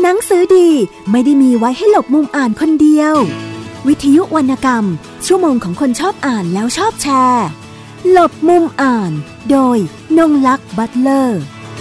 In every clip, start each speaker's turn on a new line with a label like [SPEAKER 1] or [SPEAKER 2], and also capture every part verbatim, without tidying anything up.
[SPEAKER 1] หนังสือดีไม่ได้มีไว้ให้หลบมุมอ่านคนเดียววิทยุวรรณกรรมชั่วโมงของคนชอบอ่านแล้วชอบแชร์หลบมุมอ่านโดยนงลักษณ์บัตเลอร์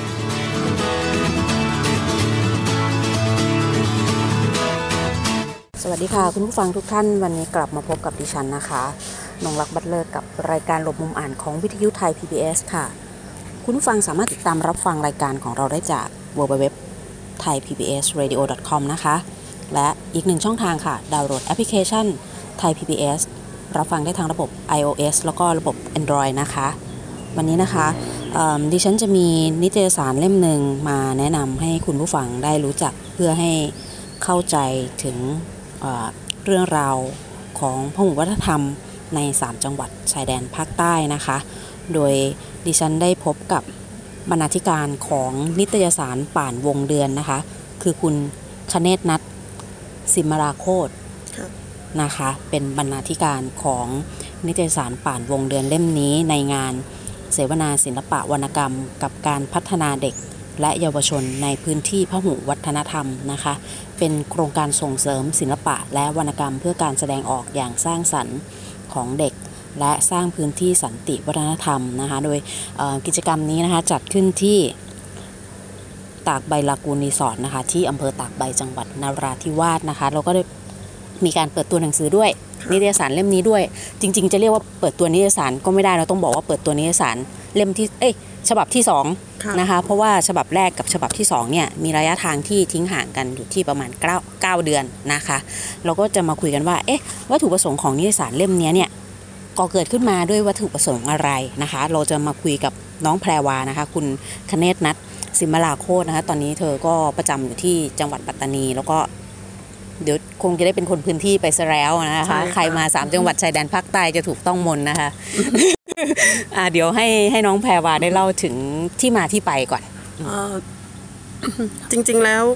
[SPEAKER 2] สวัสดีค่ะคุณผู้ฟังทุกท่านวันนี้กลับมาพบกับดิฉันนะคะนงลักษณ์บัตเลอร์กับรายการหลบมุมอ่านของวิทยุไทย พี บี เอส ค่ะคุณผู้ฟังสามารถติดตามรับฟังรายการของเราได้จาก ดับเบิลยู ดับเบิลยู ดับเบิลยู ดอท ไทย พี บี เอส เรดิโอ ดอท คอม นะคะและอีกหนึ่งช่องทางค่ะดาวน์โหลดแอปพลิเคชัน Thai พี บี เอส รับฟังได้ทางระบบ iOS แล้วก็ระบบ Android นะคะวันนี้นะคะดิฉันจะมีนิตยสารเล่มหนึ่งมาแนะนำให้คุณผู้ฟังได้รู้จักเพื่อให้เข้าใจถึงเ, เรื่องราวของพหุวัฒนธรรมในสามจังหวัดชายแดนภาคใต้นะคะโดยดิฉันได้พบกับบรรณาธิการของนิตยสารป่านวงเดือนนะคะคือคุณคเนศนัทสิมราโคตรนะคะเป็นบรรณาธิการของนิตยสารป่านวงเดือนเล่มนี้ในงานเสวนาศิลปะวรรณกรรมกับการพัฒนาเด็กและเยาวชนในพื้นที่พหุวัฒนธรรมนะคะเป็นโครงการส่งเสริมศิลปะและวรรณกรรมเพื่อการแสดงออกอย่างสร้างสรรค์ของเด็กและสร้างพื้นที่สันติวัฒนธรรมนะคะโดยกิจกรรมนี้นะคะจัดขึ้นที่ตากใบลากูนรีสอร์ทนะคะที่อำเภอตากใบจังหวัดนราธิวาสนะคะเราก็ได้มีการเปิดตัวหนังสือด้วยนิตยสารเล่มนี้ด้วยจริงๆจะเรียกว่าเปิดตัวนิตยสารก็ไม่ได้เราต้องบอกว่าเปิดตัวนิตยสารเล่มที่เอ้ยฉบับที่สองนะคะเพราะว่าฉบับแรกกับฉบับที่สองเนี่ยมีระยะทางที่ทิ้งห่างกันอยู่ที่ประมาณเก้า เก้าเดือนนะคะเราก็จะมาคุยกันว่าเอ๊ะวัตถุประสงค์ของนิตยสารเล่มนี้เนี่ยก็เกิดขึ้นมาด้วยวัตถุประสงค์อะไรนะคะเราจะมาคุยกับน้องแพรวานะคะคุณคเนศนัทสิมราโคตรนะคะตอนนี้เธอก็ประจำอยู่ที่จังหวัดปัตตานีแล้วก็เดี๋ยวคงจะได้เป็นคนพื้นที่ไปซะแล้วนะคะใครมาสามจังหวัดชายแดนภาคใต้จะถูกต้องมนนะคะ อ่าเดี๋ยวให้ให้น้องแพรวาได้เล่าถึงที่มาที่ไปก่อน
[SPEAKER 3] จริงๆแล้ว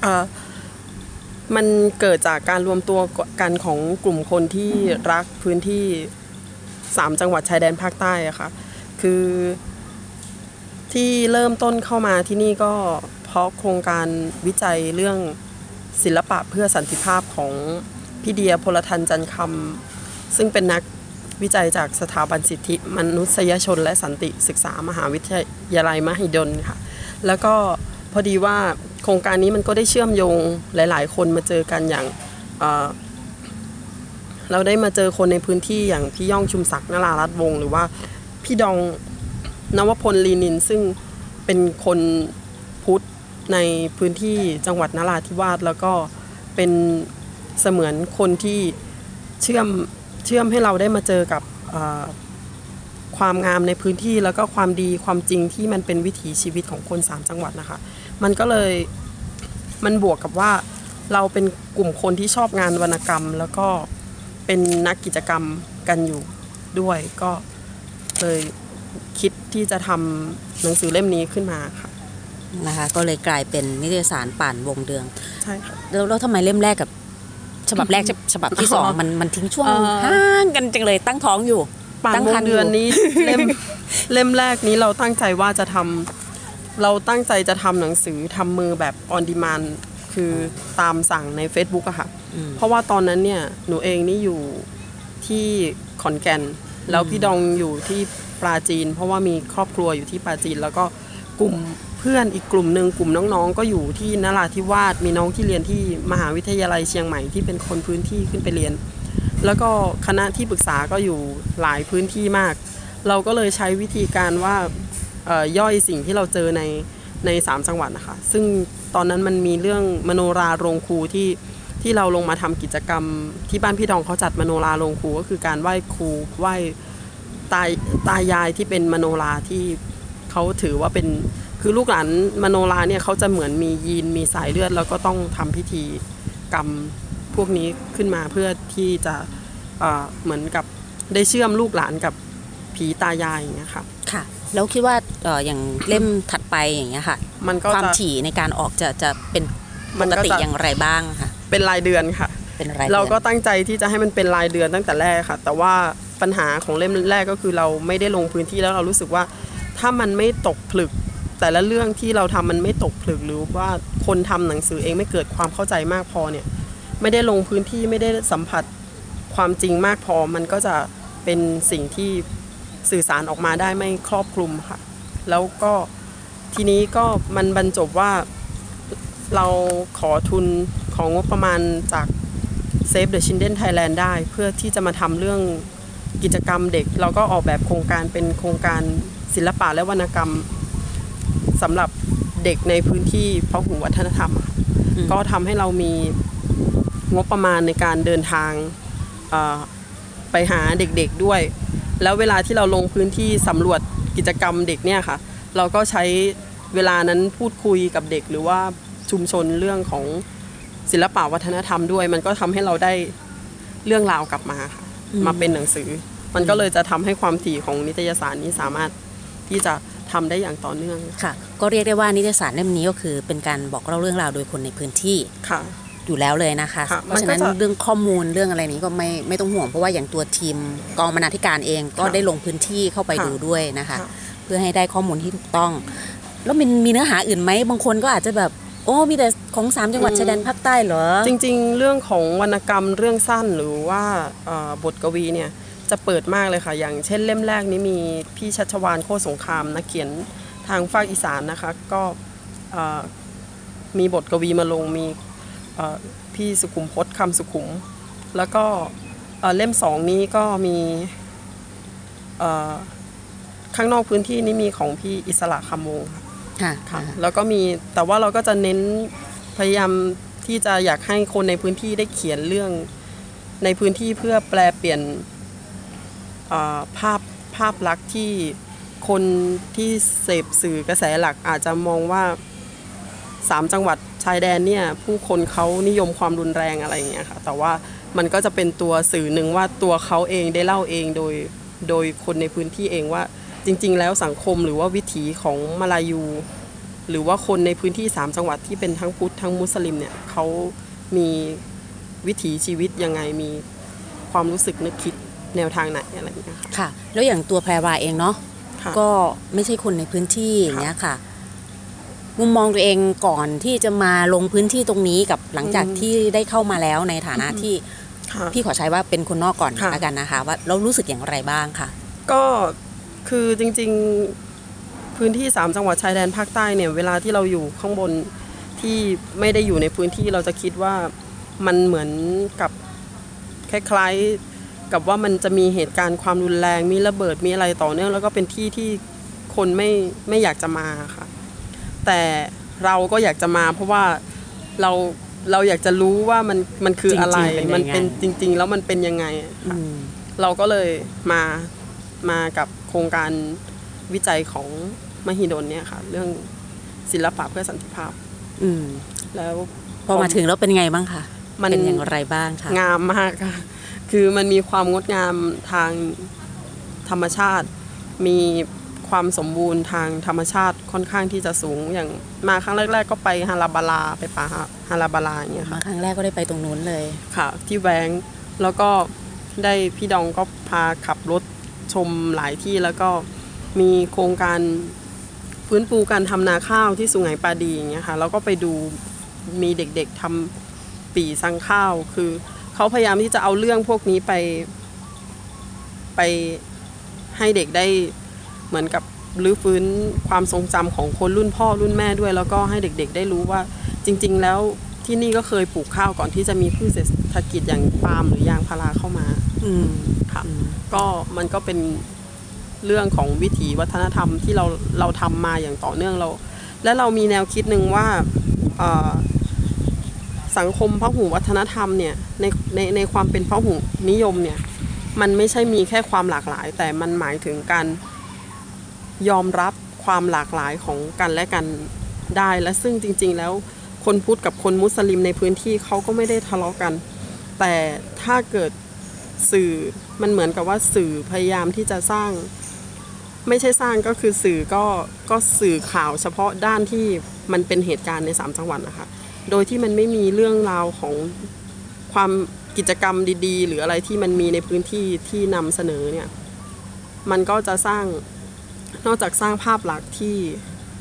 [SPEAKER 3] มันเกิดจากการรวมตัวกันของกลุ่มคนที่รักพื้นที่สามจังหวัดชายแดนภาคใต้อะค่ะคือที่เริ่มต้นเข้ามาที่นี่ก็เพราะโครงการวิจัยเรื่องศิลปะเพื่อสันติภาพของพี่เดียพลทันจันทร์คำซึ่งเป็นนักวิจัยจากสถาบันสิทธิมนุษยชนและสันติศึกษามหาวิทยาลัยมหิดลค่ะแล้วก็พอดีว่าโครงการนี้มันก็ได้เชื่อมโยงหลายๆคนมาเจอกันอย่างเอ่อเราได้มาเจอคนในพื้นที่อย่างพี่ย่องชุมศักดิ์นรารัตน์วงศ์หรือว่าพี่ดองนวพลลีนินซึ่งเป็นคนพุทธในพื้นที่จังหวัดนราธิวาสแล้วก็เป็นเสมือนคนที่เชื่อมเชื่อมให้เราได้มาเจอกับความงามในพื้นที่แล้วก็ความดีความจริงที่มันเป็นวิถีชีวิตของคนสามจังหวัดนะคะมันก็เลยมันบวกกับว่าเราเป็นกลุ่มคนที่ชอบงานวรรณกรรมแล้วก็เป็นนักกิจกรรมกันอยู่ด้วยก็เลยคิดที่จะทำหนังสือเล่มนี้ขึ้นมาค่ะ
[SPEAKER 2] นะคะก็เลยกลายเป็นนิตยสารป่านวงเดือน
[SPEAKER 3] ใช่ค่ะ
[SPEAKER 2] แล้วแล้วทำไมเล่มแรกกับฉบับแรกฉบับที่สองมันมันทิ้งช่วงห่างกันจังเลยตั้งท้องอยู่
[SPEAKER 3] ป่านวงเดือนนี้เล่มเล่มแรกนี้เราตั้งใจว่าจะทำเราตั้งใจจะทำหนังสือทำมือแบบออนดีมานด์คือตามสั่งใน Facebook อะค่ะเพราะว่าตอนนั้นเนี่ยหนูเองนี่อยู่ที่ขอนแก่นแล้วพี่ดองอยู่ที่ปราจีนเพราะว่ามีครอบครัวอยู่ที่ปราจีนแล้วก็กลุ่มเพื่อนอีกกลุ่มนึงกลุ่มน้องๆก็อยู่ที่นราธิวาสมีน้องที่เรียนที่มหาวิทยาลัยเชียงใหม่ที่เป็นคนพื้นที่ขึ้นไปเรียนแล้วก็คณะที่ปรึกษาก็อยู่หลายพื้นที่มากเราก็เลยใช้วิธีการว่าย่อยสิ่งที่เราเจอในในสามจังหวัดนะคะซึ่งตอนนั้นมันมีเรื่องมโนราโรงครูที่ที่เราลงมาทำกิจกรรมที่บ้านพี่ดองเขาจัดมโนราโรงครูก็คือการไหว้ครูไหว้ตายตายายที่เป็นมโนราที่เขาถือว่าเป็นคือลูกหลานมโนราเนี่ยเขาจะเหมือนมียีนมีสายเลือดแล้วก็ต้องทำพิธีกรรมพวกนี้ขึ้นมาเพื่อที่จะเอ่อเหมือนกับได้เชื่อมลูกหลานกับผีตายายอย่างเงี้ยค่ะ
[SPEAKER 2] ค่ะแล้วคิดว่าเอ่ออย่างเล่มถัดไปอย่างเงี้ยค่ะมันก็ความถี่ในการออกจะจะเป็นปกติอย่างไรบ้างค่ะ
[SPEAKER 3] เป็นรายเดือนค่ะ
[SPEAKER 2] เป็นรายเดือน
[SPEAKER 3] เราก็ตั้งใจที่จะให้มันเป็นรายเดือนตั้งแต่แรกค่ะแต่ว่าปัญหาของเล่มแรกก็คือเราไม่ได้ลงพื้นที่แล้วเรารู้สึกว่าถ้ามันไม่ตกผลึกแต่ละเรื่องที่เราทำมันไม่ตกผลึกหรือว่าคนทำหนังสือเองไม่เกิดความเข้าใจมากพอเนี่ยไม่ได้ลงพื้นที่ไม่ได้สัมผัสความจริงมากพอมันก็จะเป็นสิ่งที่สื่อสารออกมาได้ไม่ครอบคลุมค่ะแล้วก็ทีนี้ก็มันบรรจบว่าเราขอทุนของงบประมาณจาก Save the Children Thailand ได้เพื่อที่จะมาทำเรื่องกิจกรรมเด็กเราก็ออกแบบโครงการเป็นโครงการศิลปะและวรรณกรรมสำหรับเด็กในพื้นที่พหุวัฒนธรรมก็ทำให้เรามีงบประมาณในการเดินทางไปหาเด็กๆด้วยแล้วเวลาที่เราลงพื้นที่สำรวจกิจกรรมเด็กเนี่ยค่ะเราก็ใช้เวลานั้นพูดคุยกับเด็กหรือว่าชุมชนเรื่องของศิลปะวัฒนธรรมด้วยมันก็ทำให้เราได้เรื่องราวกลับมาค่ะมาเป็นหนังสือมันก็เลยจะทำให้ความถี่ของนิตยสารนี้สามารถที่จะทำได้อย่างต่อเนื่อง
[SPEAKER 2] ค่ะก็เรียกได้ว่านิตยสารเล่มนี้ก็คือเป็นการบอกเล่าเรื่องราวโดยคนในพื้นที่
[SPEAKER 3] ค่ะ
[SPEAKER 2] อยู่แล้วเลยนะคะเพราะฉะนั้นเรื่องข้อมูลเรื่องอะไรนี้ก็ไม่ไม่ต้องห่วงเพราะว่าอย่างตัวทีมกองบรรณาธิการเองก็ได้ลงพื้นที่เข้าไปดูด้วยนะคะเพื่อให้ได้ข้อมูลที่ถูกต้องแล้วมันมีเนื้อหาอื่นไหมบางคนก็อาจจะแบบโอ้มีแต่ของสามจังหวัดชายแดนภาคใต้เหรอ
[SPEAKER 3] จริงๆเรื่องของวรรณกรรมเรื่องสั้นหรือว่าบทกวีเนี่ยจะเปิดมากเลยค่ะอย่างเช่นเล่มแรกนี้มีพี่ชัชวาลโคตรสงครามนักเขียนทางภาคอีสานนะคะก็มีบทกวีมาลงมีพี่สุขุมพจน์คำสุขุมแล้วก็เล่มสองนี้ก็มีข้างนอกพื้นที่นี้มีของพี่อิสระคำวงค่ะค่ะแล้วก็มีแต่ว่าเราก็จะเน้นพยายามที่จะอยากให้คนในพื้นที่ได้เขียนเรื่องในพื้นที่เพื่อแปลเปลี่ยนภาพภาพลักษณ์ที่คนที่เสพสื่อกระแสหลักอาจจะมองว่าสามจังหวัดชายแดนเนี่ยผู้คนเขานิยมความรุนแรงอะไรอย่างเงี้ยค่ะแต่ว่ามันก็จะเป็นตัวสื่อหนึ่งว่าตัวเขาเองได้เล่าเองโดยโดยคนในพื้นที่เองว่าจริงๆแล้วสังคมหรือว่าวิถีของมาลายูหรือว่าคนในพื้นที่สามจังหวัดที่เป็นทั้งพุทธทั้งมุสลิมเนี่ยเขามีวิถีชีวิตยังไงมีความรู้สึกนึกคิดแนวทางไหนอะไรอย่างเงี้ยค่ะ
[SPEAKER 2] ค่ะแล้วอย่างตัวแพรวาเองเนาะก็ไม่ใช่คนในพื้นที่อย่างเงี้ยค่ะมุมมองตัวเองก่อนที่จะมาลงพื้นที่ตรงนี้กับหลังจากที่ได้เข้ามาแล้วในฐานะที่พี่ขอใช้ว่าเป็นคนนอกก่อนแล้วกันนะคะว่าเรารู้สึกอย่างไรบ้างค่ะ
[SPEAKER 3] ก็คือจริงๆพื้นที่สามจังหวัดชายแดนภาคใต้เนี่ยเวลาที่เราอยู่ข้างบนที่ไม่ได้อยู่ในพื้นที่เราจะคิดว่ามันเหมือนกับคล้ายๆกับว่ามันจะมีเหตุการณ์ความรุนแรงมีระเบิดมีอะไรต่อเนื่องแล้วก็เป็นที่ที่คนไม่ไม่อยากจะมาค่ะแต่เราก็อยากจะมาเพราะว่าเราเราอยากจะรู้ว่ามันมันคืออะไรมันเป็นจริงๆแล้วมันเป็นยังไงเราก็เลยมามากับโครงการวิจัยของมหิดลเนี่ยค่ะเรื่องศิลปะเพื่อสันติภาพแล้ว
[SPEAKER 2] พอมาถึงแล้วเป็นไงบ้างคะมันเป็นอย่างไรบ้างคะ
[SPEAKER 3] งามมากค่ะคือมันมีความงดงามทางธรรมชาติมีความสมบูรณ์ทางธรรมชาติค่อนข้างที่จะสูงอย่างมาครั้งแรกๆก็ไปฮาราบาลาไปป่าฮาราบาลาอย่างเงี้ยค่ะ
[SPEAKER 2] มาครั้งแรกก็ได้ไปตรงนู้นเลย
[SPEAKER 3] ค่ะที่แวงแล้วก็ได้พี่ดองก็พาขับรถชมหลายที่แล้วก็มีโครงการฟื้นฟูการทำนาข้าวที่สุไหงปาดีอย่างเงี้ยค่ะแล้วก็ไปดูมีเด็กๆทำปี่ซังข้าวคือเขาพยายามที่จะเอาเรื่องพวกนี้ไปไปให้เด็กได้เหมือนกับรื้อฟื้นความทรงจำของคนรุ่นพ่อรุ่นแม่ด้วยแล้วก็ให้เด็กๆได้รู้ว่าจริงๆแล้วที่นี่ก็เคยปลูกข้าวก่อนที่จะมีพืชเศรษฐกิจอย่างปาล์มหรือยางพาราเข้ามาค่ะก็มันก็เป็นเรื่องของวิถีวัฒนธรรมที่เราเราทำมาอย่างต่อเนื่องเราและเรามีแนวคิดหนึ่งว่าสังคมพหุวัฒนธรรมเนี่ยในในในความเป็นพหุนิยมเนี่ยมันไม่ใช่มีแค่ความหลากหลายแต่มันหมายถึงการยอมรับความหลากหลายของกันและกันได้และซึ่งจริงๆแล้วคนพุทธกับคนมุสลิมในพื้นที่เขาก็ไม่ได้ทะเลาะกันแต่ถ้าเกิดสื่อมันเหมือนกับว่าสื่อพยายามที่จะสร้างไม่ใช่สร้างก็คือสื่อก็ก็สื่อข่าวเฉพาะด้านที่มันเป็นเหตุการณ์ในสามจังหวัดนะคะโดยที่มันไม่มีเรื่องราวของความกิจกรรมดีๆหรืออะไรที่มันมีในพื้นที่ที่นำเสนอเนี่ยมันก็จะสร้างนอกจากสร้างภาพลักษณ์ที่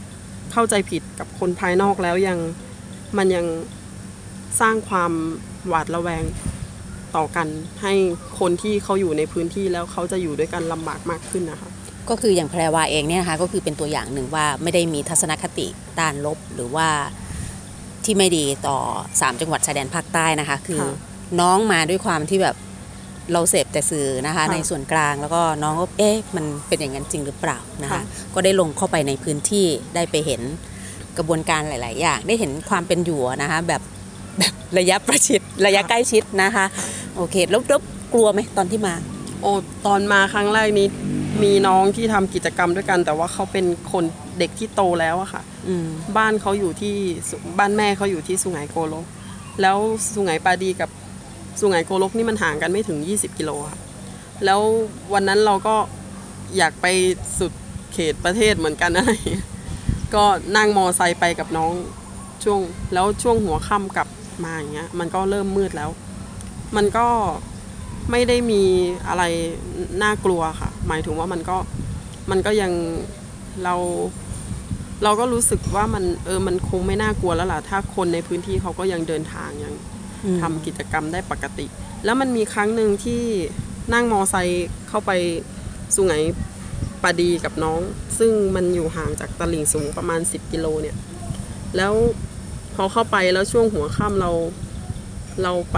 [SPEAKER 3] เข้าใจผิดกับคนภายนอกแล้วยังมันยังสร้างความหวาดระแวงต่อกันให้คนที่เขาอยู่ในพื้นที่แล้วเขาจะอยู่ด้วยกันลำบากมากขึ้นนะคะ
[SPEAKER 2] ก็คืออย่างแพรวาเองเนี่ยนะคะก็คือเป็นตัวอย่างหนึ่งว่าไม่ได้มีทัศนคติด้านลบหรือว่าที่ไม่ดีต่อสามจังหวัดชายแดนภาคใต้นะคะคือน้องมาด้วยความที่แบบเราเสพแต่สื่อนะคะในส่วนกลางแล้วก็น้องก็เอ๊ะมันเป็นอย่างนั้นจริงหรือเปล่านะคะก็ได้ลงเข้าไปในพื้นที่ได้ไปเห็นกระบวนการหลายๆอย่างได้เห็นความเป็นอยู่นะคะแบบแบบระยะประชิดระยะใกล้ชิดนะคะโอเคแล้วแล้วกลัวไหมตอนที่มา
[SPEAKER 3] โอ้ตอนมาครั้งแรกนี้มีน้องที่ทำกิจกรรมด้วยกันแต่ว่าเขาเป็นคนเด็กที่โตแล้วอะค่ะบ้านเขาอยู่ที่บ้านแม่เขาอยู่ที่สุไหงโกลกแล้วสุไหงปาดีกับสุไหงโกลกนี่มันห่างกันไม่ถึงยี่สิบกิโลค่ะแล้ววันนั้นเราก็อยากไปสุดเขตประเทศเหมือนกันอะไรก็นั่งมอไซค์ไปกับน้องช่วงแล้วช่วงหัวค่ำกลับมาอย่างเงี้ยมันก็เริ่มมืดแล้วมันก็ไม่ได้มีอะไรน่ากลัวค่ะหมายถึงว่ามันก็มันก็ยังเราเราก็รู้สึกว่ามันเออมันคงไม่น่ากลัวแล้วล่ะถ้าคนในพื้นที่เขาก็ยังเดินทางยังทำกิจกรรมได้ปกติแล้วมันมีครั้งหนึ่งที่นั่งมอไซค์เข้าไปสุไหงปาดีกับน้องซึ่งมันอยู่ห่างจากตลิ่งสูงประมาณสิบกิโลเนี่ยแล้วพอเข้าไปแล้วช่วงหัวค่ำเราเราไป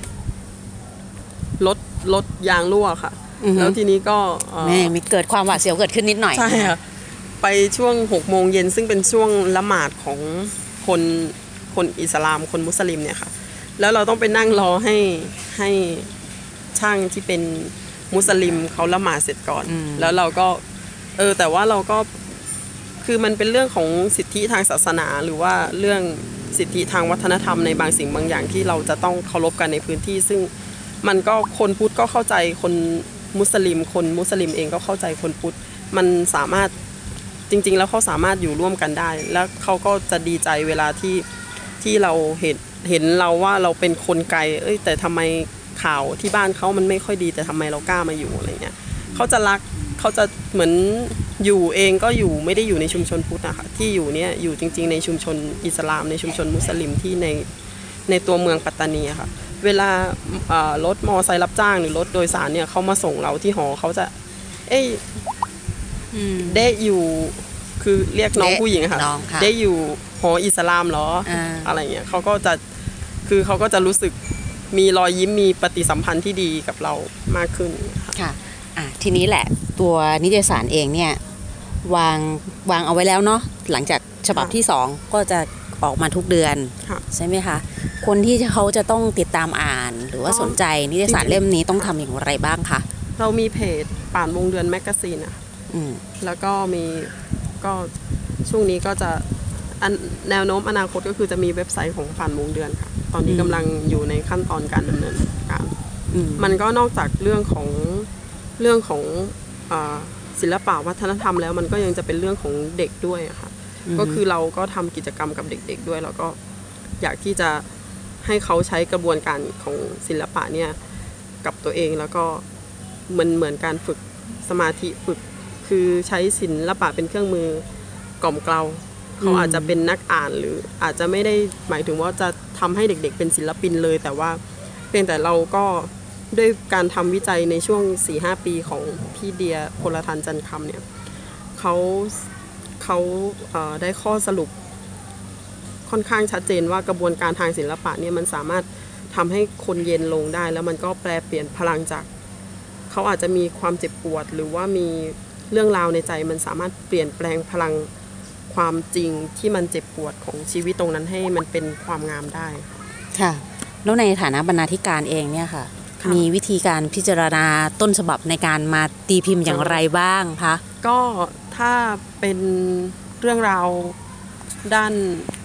[SPEAKER 3] รถรถยางรั่วค่ะแล้วทีนี้ก็
[SPEAKER 2] แม่มีเกิดความหวาดเสียวเกิดขึ้นนิดหน่อย
[SPEAKER 3] ใช่ค่ะไปช่วงหกโมงเย็นซึ่งเป็นช่วงละหมาดของคนคนอิสลามคนมุสลิมเนี่ยค่ะแล้วเราต้องไปนั่งรอให้ให้ช่างที่เป็นมุสลิมเขาละหมาดเสร็จก่อนแล้วเราก็เออแต่ว่าเราก็คือมันเป็นเรื่องของสิทธิทางศาสนาหรือว่าเรื่องสิทธิทางวัฒนธรรมในบางสิ่งบางอย่างที่เราจะต้องเคารพกันในพื้นที่ซึ่งมันก็คนพุทธก็เข้าใจคนมุสลิมคนมุสลิมเองก็เข้าใจคนพุทธมันสามารถจริงๆแล้วเขาสามารถอยู่ร่วมกันได้แล้วเขาก็จะดีใจเวลาที่ที่เราเห็นเห็นเราว่าเราเป็นคนไกลเอ้ยแต่ทำไมข่าวที่บ้านเขามันไม่ค่อยดีแต่ทำไมเรากล้ามาอยู่อะไรเงี้ยเขาจะรักเขาจะเหมือนอยู่เองก็อยู่ไม่ได้อยู่ในชุมชนพุทธนะคะที่อยู่เนี่ยอยู่จริงๆในชุมชนอิสลามในชุมชนมุสลิมที่ในในตัวเมืองปัตตานีค่ะเวลารถมอไซค์รับจ้างหรือรถโดยสารเนี่ยเขามาส่งเราที่หอเขาจะเอ้ยเดอยู่คือเรียกน้องผู้หญิงค่ะเดอยู่หออิสลามเหรอ อ, อะไรเงี้ยเขาก็จะคือเขาก็จะรู้สึกมีรอยยิ้มมีปฏิสัมพันธ์ที่ดีกับเรามากขึ้น
[SPEAKER 2] ค่ะอ่ะทีนี้แหละตัวนิตยสารเองเนี่ยวางวางเอาไว้แล้วเนาะหลังจากฉบับที่สองก็จะออกมาทุกเดือนใช่ไหมคะคนที่เขาจะต้องติดตามอ่านหรือว่าสนใจนิตยสารเล่มนี้ต้องทำอย่างไรบ้างคะ
[SPEAKER 3] เรามีเพจป่านวงเดือนแมกกาซีนอ่ะแล้วก็มีก็ช่วงนี้ก็จะแนวโน้มอนาคตก็คือจะมีเว็บไซต์ของป่านวงเดือนค่ะตอนนี้กำลังอยู่ในขั้นตอนการดำเนินการมันก็นอกจากเรื่องของเรื่องของศิลปะวัฒนธรรมแล้วมันก็ยังจะเป็นเรื่องของเด็กด้วยค่ะก็คือเราก็ทำกิจกรรมกับเด็กๆด้วยแล้วก็อยากที่จะให้เขาใช้กระบวนการของศิลปะเนี่ยกับตัวเองแล้วก็เหมือนเหมือนการฝึกสมาธิฝึกคือใช้ศิลปะเป็นเครื่องมือกล่อมเกลาเขาอาจจะเป็นนักอ่านหรืออาจจะไม่ได้หมายถึงว่าจะทำให้เด็กๆเป็นศิลปินเลยแต่ว่าเพียงแต่เราก็ด้วยการทำวิจัยในช่วง สี่ห้า ปีของพี่เดียพลทันจันทร์คำเนี่ยเขาเขาเอ่อได้ข้อสรุปค่อนข้างชัดเจนว่ากระบวนการทางศิลปะเนี่ยมันสามารถทำให้คนเย็นลงได้แล้วมันก็แปลเปลี่ยนพลังจากเขาอาจจะมีความเจ็บปวดหรือว่ามีเรื่องราวในใจมันสามารถเปลี่ยนแปลงพลังความจริงที่มันเจ็บปวดของชีวิตตรงนั้นให้มันเป็นความงามได้
[SPEAKER 2] ค่ะแล้วในฐานะบรรณาธิการเองเนี่ยค่ะมีวิธีการพิจารณาต้นฉบับในการมาตีพิมพ์อย่างไรบ้างคะ
[SPEAKER 3] ก็ถ้าเป็นเรื่องราวด้าน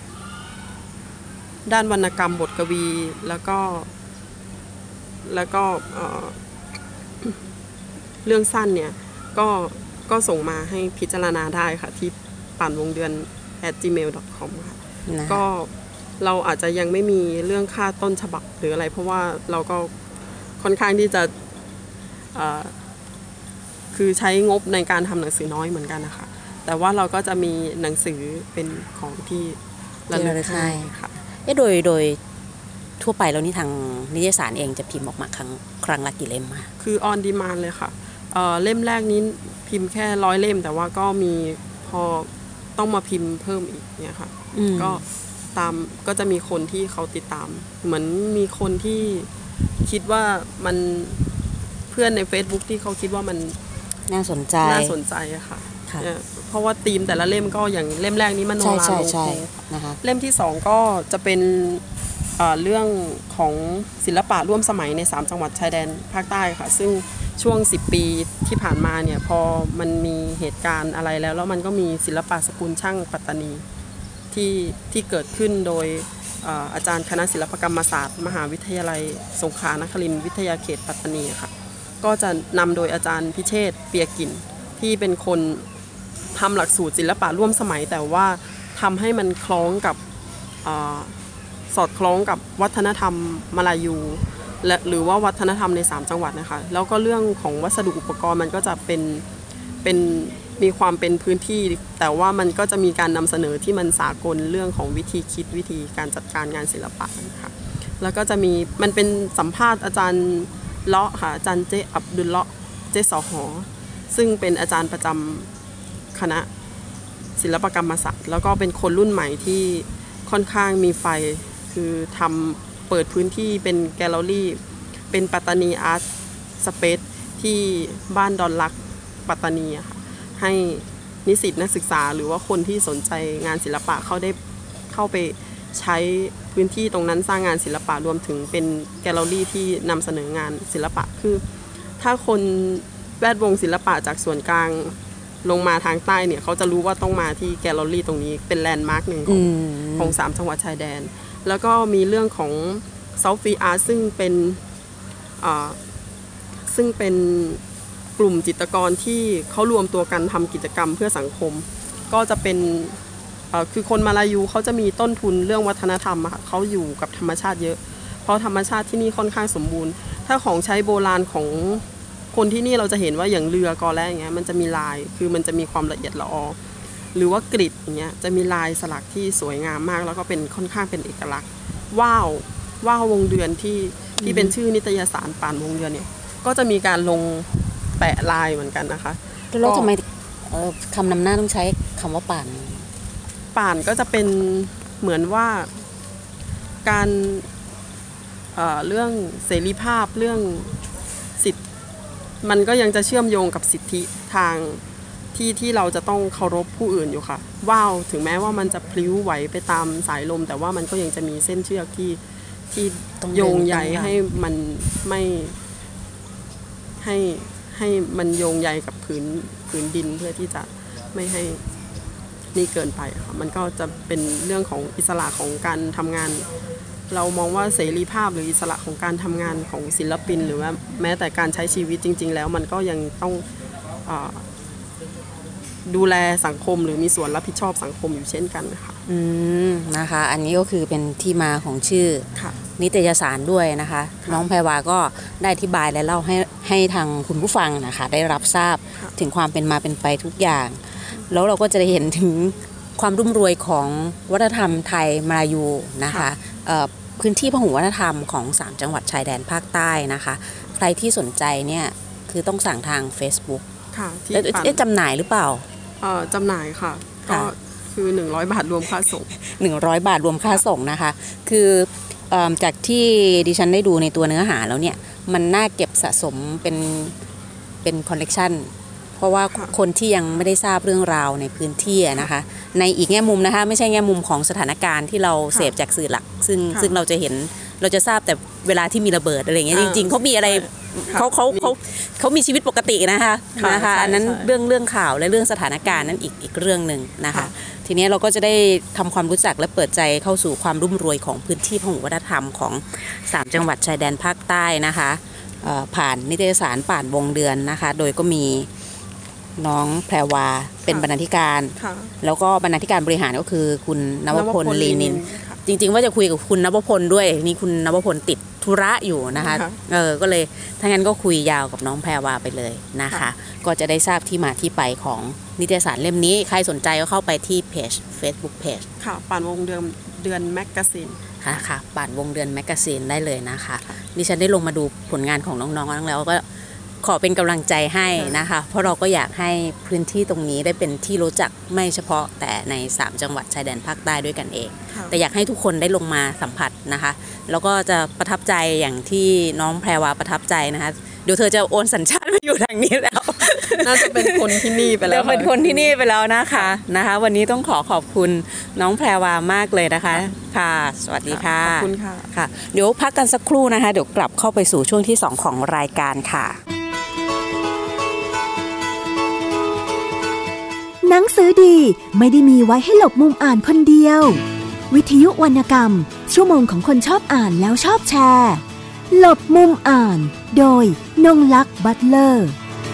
[SPEAKER 3] ด้านวรรณกรรมบทกวีแล้วก็แล้วก็เอ่อเรื่องสั้นเนี่ยก็ก็ส่งมาให้พิจารณาได้ค่ะที่ป่านวงเดือน แอท จีเมล ดอท คอม ค่ะก็เราอาจจะยังไม่มีเรื่องค่าต้นฉบับหรืออะไรเพราะว่าเราก็ค่อนข้างที่จะคือใช้งบในการทำหนังสือน้อยเหมือนกันนะคะแต่ว่าเราก็จะมีหนังสือเป็นของที่ระลึกให้ค่ะ
[SPEAKER 2] เอ๊ะโดยโดยทั่วไปแล้วนี่ทางนิตยสารเองจะพิมพ์ออกมาครั้งครั้งละกี่เล่มคะ
[SPEAKER 3] คือออนดีมานด์เลยค่ะ เอ่อเล่มแรกนี้พิมพ์แค่ร้อยเล่มแต่ว่าก็มีพอต้องมาพิมพ์เพิ่มอีกเนี่ยค่ะก็ตามก็จะมีคนที่เขาติดตามเหมือนมีคนที่คิดว่ามันเพื่อนใน Facebook ที่เขาคิดว่ามัน
[SPEAKER 2] น่าสนใจ
[SPEAKER 3] น่าสนใจอะค่ะเพราะว่าธีมแต่ละเล่มก็อย่างเล่มแรกนี้มโนราโลโกนะคะเล่มที่สองก็จะเป็นเรื่องของศิลปะร่วมสมัยในสามจังหวัดชายแดนภาคใต้ค่ะซึ่งช่วงสิบปีที่ผ่านมาเนี่ยพอมันมีเหตุการณ์อะไรแล้วแล้วมันก็มีศิลปะสกุลช่างปัตตานีที่ที่เกิดขึ้นโดยอาจารย์คณะศิลปกรรมศาสตร์มหาวิทยาลัยสงขลานครินทร์วิทยาเขตปัตตานีค่ะก็จะนำโดยอาจารย์พิเชษฐ์เปียกินที่เป็นคนทำหลักสูตรศิลปะร่วมสมัยแต่ว่าทำให้มันคล้องกับสอดคล้องกับวัฒนธรรมมาลายูและหรือว่าวัฒนธรรมในสามจังหวัดนะคะแล้วก็เรื่องของวัสดุอุปกรณ์มันก็จะเป็นเป็นมีความเป็นพื้นที่แต่ว่ามันก็จะมีการนำเสนอที่มันสากลเรื่องของวิธีคิดวิธีการจัดการงานศิลปะนะคะแล้วก็จะมีมันเป็นสัมภาษณ์อาจารย์เลาะค่ะอาจารย์เจอับดุลเลาะเจสอหอซึ่งเป็นอาจารย์ประจำคณะศิลปกรรมศาสตร์แล้วก็เป็นคนรุ่นใหม่ที่ค่อนข้างมีไฟคือทำเปิดพื้นที่เป็นแกลเลอรี่เป็นปัตตานีอาร์ตสเปซที่บ้านดอนลักปัตตานีค่ะให้นิสิตนักศึกษาหรือว่าคนที่สนใจงานศิลปะเขาได้เข้าไปใช้พื้นที่ตรงนั้นสร้างงานศิลปะรวมถึงเป็นแกลเลอรี่ที่นำเสนองานศิลปะคือถ้าคนแวดวงศิลปะจากส่วนกลางลงมาทางใต้เนี่ยเขาจะรู้ว่าต้องมาที่แกลเลอรี่ตรงนี้เป็นแลนด์มาร์คหนึ่งของของสามจังหวัดชายแดนแล้วก็มีเรื่องของเซาท์ฟรีอาร์ตซึ่งเป็นซึ่งเป็นกลุ่มจิตรกรที่เขารวมตัวกันทำกิจกรรมเพื่อสังคมก็จะเป็นคือคนมาลายูเขาจะมีต้นทุนเรื่องวัฒนธรรมค่ะเขาอยู่กับธรรมชาติเยอะเพราะธรรมชาติที่นี่ค่อนข้างสมบูรณ์ถ้าของใช้โบราณของคนที่นี่เราจะเห็นว่าอย่างเรือกอแร่อย่างเงี้ยมันจะมีลายคือมันจะมีความละเอียดละออหรือว่ากริดอย่างเงี้ยจะมีลายสลักที่สวยงามมากแล้วก็เป็นค่อนข้างเป็นเอกลักษณ์ว้าวว้าววงเดือนที่ที่เป็นชื่อนิตยสารป่านวงเดือนเนี่ยก็จะมีการลงแปะลายเหมือนกันนะคะ
[SPEAKER 2] แล้วทำไมคำนำหน้าต้องใช้คำว่าป่าน
[SPEAKER 3] ป่านก็จะเป็นเหมือนว่าการ เอ่อ เรื่องเสรีภาพเรื่องสิทธิ์มันก็ยังจะเชื่อมโยงกับสิทธิทางที่ที่เราจะต้องเคารพผู้อื่นอยู่ค่ะว้าวถึงแม้ว่ามันจะพลิ้วไหวไปตามสายลมแต่ว่ามันก็ยังจะมีเส้นเชือกที่ที่โยงใยให้มันไม่ให้ให้มันโยงใยกับพื้นพื้นดินเพื่อที่จะไม่ให้นี่เกินไปค่ะมันก็จะเป็นเรื่องของอิสระของการทำงานเรามองว่าเสรีภาพหรืออิสระของการทำงานของศิลปินหรือว่าแม้แต่การใช้ชีวิตจริงๆแล้วมันก็ยังต้องอ่าดูแลสังคมหรือมีส่วนรับผิดชอบสังคมอยู่เช่นกันค่ะ
[SPEAKER 2] อืมนะคะอันนี้ก็คือเป็นที่มาของชื่อนิตยสารด้วยนะคะน้องแพรวาก็ได้อธิบายและเล่าให้ให้ทางคุณผู้ฟังนะคะได้รับทราบถึงความเป็นมาเป็นไปทุกอย่างแล้วเราก็จะได้เห็นถึงความรุ่มรวยของวัฒนธรรมไทยมาลายูนะคะพื้นที่พหุวัฒนธรรมของสามจังหวัดชายแดนภาคใต้นะคะใครที่สนใจเนี่ยคือต้องสั่งทาง Facebook
[SPEAKER 3] ค่ะ
[SPEAKER 2] ที่จำหน่ายหรือเปล่า
[SPEAKER 3] เอ่อจำหน่ายค่ะก็คือหนึ่งร้อยบาทรวมค่าส่ง
[SPEAKER 2] หนึ่งร้อยบาทรวมค่าส่งนะคะคือจากที่ดิฉันได้ดูในตัวเนื้อหาแล้วเนี่ยมันน่าเก็บสะสมเป็นเป็นคอลเลกชันเพราะว่าคนที่ยังไม่ได้ทราบเรื่องราวในพื้นที่นะคะในอีกแง่มุมนะคะไม่ใช่แง่มุมของสถานการณ์ที่เราเสพจากสื่อหลักซึ่งซึ่งเราจะเห็นเราจะทราบแต่เวลาที่มีระเบิดอะไรอย่างเงี้ยจริงๆเขามีอะไรเขาเขาเขาเขามีชีวิตปกตินะคะนะคะอันนั้นเรื่องเรื่องข่าวและเรื่องสถานการณ์นั้นอีกอีกเรื่องหนึ่งนะคะทีนี้เราก็จะได้ทำความรู้จักและเปิดใจเข้าสู่ความรุ่มรวยของพื้นที่พหุวัฒนธรรมของสามจังหวัดชายแดนภาคใต้นะคะผ่านนิตยสารป่านวงเดือนนะคะโดยก็มีน้องแพรวาเป็นบรรณาธิการแล้วก็บรรณาธิการบริหารก็คือคุณนวพลลีนินจริงๆว่าจะคุยกับคุณนวพลด้วยนี่คุณนวพลติดธุระอยู่นะคะเออก็เลยถ้างั้นก็คุยยาวกับน้องแพรวาไปเลยนะคะก็จะได้ทราบที่มาที่ไปของนิตยสารเล่มนี้ใครสนใจก็เข้าไปที่เพจ Facebook Page
[SPEAKER 3] ค่ะป่านวงเดือนเดือนแมกกาซีน
[SPEAKER 2] ค่ะค่ะป่านวงเดือนแมกกาซีนได้เลยนะคะดิฉันได้ลงมาดูผลงานของน้องๆแล้วก็ขอเป็นกำลังใจให้นะคะเพราะเราก็อยากให้พื้นที่ตรงนี้ได้เป็นที่รู้จักไม่เฉพาะแต่ในสามจังหวัดชายแดนภาคใต้ด้วยกันเองแต่อยากให้ทุกคนได้ลงมาสัมผัสนะคะแล้วก็จะประทับใจอย่างที่น้องแพรวาประทับใจนะคะเดี๋ยวเธอจะโอนสัญชาติมาอยู่ทางนี้แล้ว
[SPEAKER 3] น่าจะเป็นคนที่นี่ไปแล้ว
[SPEAKER 2] เป็นคนที่นี่ไปแล้วนะคะนะคะวันนี้ต้องขอขอบคุณน้องแพรวามากเลยนะคะค่ะสวัสดีค่ะ
[SPEAKER 3] ขอบคุณค่ะ
[SPEAKER 2] ค่ะเดี๋ยวพักกันสักครู่นะคะเดี๋ยวกลับเข้าไปสู่ช่วงที่สองของรายการค่ะ
[SPEAKER 1] หนังสือดีไม่ได้มีไว้ให้หลบมุมอ่านคนเดียววิทยุวรรณกรรมชั่วโมงของคนชอบอ่านแล้วชอบแชร์หลบมุมอ่านโดยนงลักษ์บัตเลอร์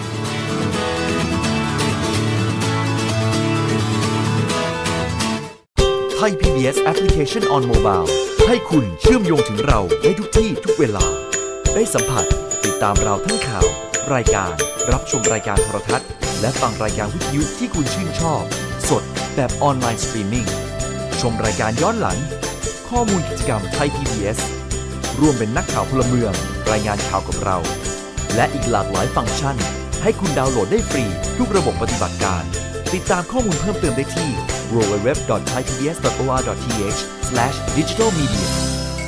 [SPEAKER 4] ไทย พี บี เอส Application on Mobile ให้คุณเชื่อมโยงถึงเราได้ทุกที่ทุกเวลาได้สัมผัสติดตามเราทั้งข่าวรายการรับชมรายการโทรทัศน์และฟังรายการวิทยุที่คุณชื่นชอบสดแบบออนไลน์สตรีมมิ่งชมรายการย้อนหลังข้อมูลกิจกรรมไทย พี บี เอส ร่วมเป็นนักข่าวพลเมืองรายงานข่าวกับเราและอีกหลากหลายฟังก์ชันให้คุณดาวน์โหลดได้ฟรีทุกระบบปฏิบัติการติดตามข้อมูลเพิ่มเติมได้ที่ ดับเบิลยู ดับเบิลยู ดับเบิลยู ดอท ไทย พี บี เอส ดอท โอ อาร์ ดอท ที เอช สแลช ดิจิทัล มีเดีย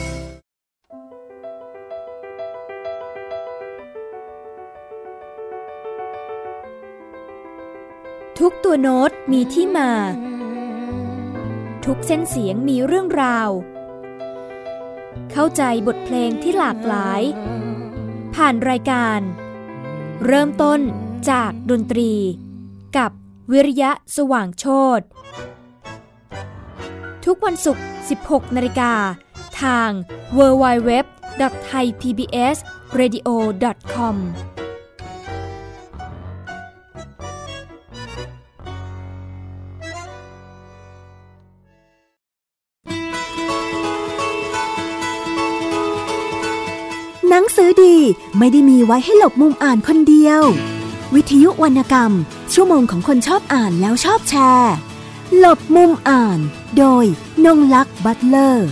[SPEAKER 5] ทุกตัวโน้ตมีที่มาทุกเส้นเสียงมีเรื่องราวเข้าใจบทเพลงที่หลากหลายผ่านรายการเริ่มต้นจากดนตรีกับวิริยะสว่างโชติทุกวันศุกร์ สิบหกนาฬิกาทาง ดับเบิลยู ดับเบิลยู ดับเบิลยู ดอท ไทย พี บี เอส เรดิโอ ดอท คอม
[SPEAKER 1] หนังสือดีไม่ได้มีไว้ให้หลบมุมอ่านคนเดียววิทยุวรรณกรรมชั่วโมงของคนชอบอ่านแล้วชอบแชร์หลบมุมอ่านโดยนงลักษ์บัตเลอร์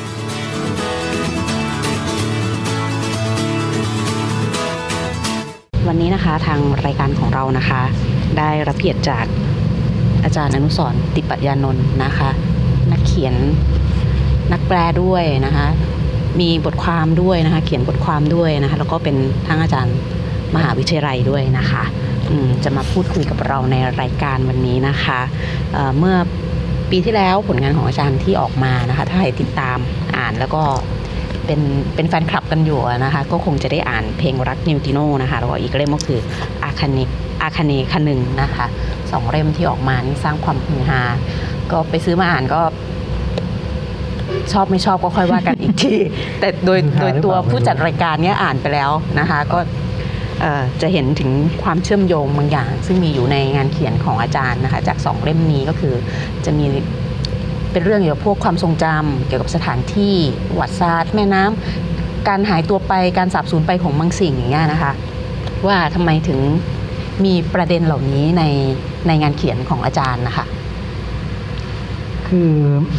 [SPEAKER 2] วันนี้นะคะทางรายการของเรานะคะได้รับเกียรติจากอาจารย์อนุสรณ์ติปัญญานนท์นะคะนักเขียนนักแปลด้วยนะคะมีบทความด้วยนะคะเขียนบทความด้วยนะคะแล้วก็เป็นทั้งอาจารย์มหาวิทยาลัยด้วยนะคะจะมาพูดคุยกับเราในรายการวันนี้นะคะเอ่อเมื่อปีที่แล้วผลงานของอาจารย์ที่ออกมานะคะถ้าใครติดตามอ่านแล้วก็เป็นเป็นแฟนคลับกันอยู่นะคะก็คงจะได้อ่านเพลงรักนิวติโนนะคะแล้วก็อีกเล่มก็คืออาคาเนอาคาเนคนึงนะคะสองเล่มที่ออกมานี่สร้างความฮือฮาก็ไปซื้อมาอ่านก็ชอบไม่ชอบก็ค่อยว่ากันอีกทีแต่โดยโดยตัวผู้จัดรายการเนี้ยอ่านไปแล้วนะคะก็จะเห็นถึงความเชื่อมโยงบางอย่างซึ่งมีอยู่ในงานเขียนของอาจารย์นะคะจากสองเล่มนี้ก็คือจะมีเป็นเรื่องเกี่ยวกับพวกความทรงจำเกี่ยวกับสถานที่ประวัติศาสตร์แม่น้ำการหายตัวไปการสาบสูญไปของบางสิ่งอย่างเงี้ยนะคะว่าทำไมถึงมีประเด็นเหล่านี้ในในงานเขียนของอาจารย์นะคะ
[SPEAKER 6] คือ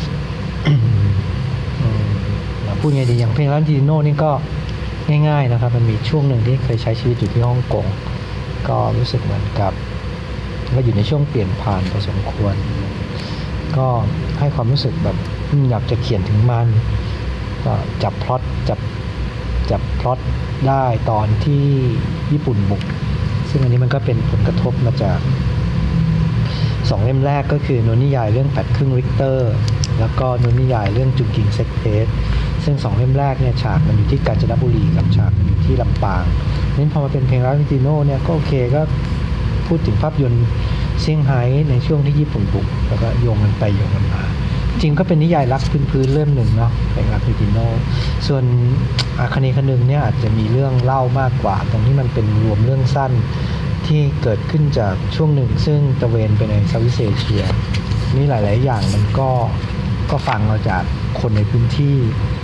[SPEAKER 6] พูดไงดีอย่างเพลงรันจิโน่นี่ก็ง่ายๆนะครับมันมีช่วงหนึ่งที่เคยใช้ชีวิตอยู่ที่ฮ่องกงก็รู้สึกเหมือนกับว่าอยู่ในช่วงเปลี่ยนผ่านพอสมควรก็ให้ความรู้สึกแบบอยากจะเขียนถึงมันก็จับพล็อตจับจับพล็อตได้ตอนที่ญี่ปุ่นบุกซึ่งอันนี้มันก็เป็นผลกระทบมาจากสองเล่มแรกก็คือนวนิยายเรื่องแปดครึ่งริกเตอร์แล้วก็นวนิยายเรื่องจุงกิงเซ็กเพสซึ่งสองเล่มแรกเนี่ยฉากมันอยู่ที่กาญจนบุรีกับฉากมันอยู่ที่ลำปางนั้นพอมาเป็นเพลงรักนิติโน่เนี่ยก็โอเคก็พูดถึงภาพยนตร์เซี่ยงไฮ้ในช่วงที่ญี่ปุ่นบุกแล้วก็โยงกันไปโยงกันมาจริงก็เป็นนิยายรักพื้นๆเล่มหนึ่งเนาะเพลงรักนิติโน่ส่วนอาคเนคนึงเนี่ยอาจจะมีเรื่องเล่ามากกว่าตรงที่มันเป็นรวมเรื่องสั้นที่เกิดขึ้นจากช่วงหนึ่งซึ่งตะเวนไปในเซาท์อีสต์เอเชียนี่หลายๆอย่างมันก็ก็ฟังมาจากคนในพื้นที่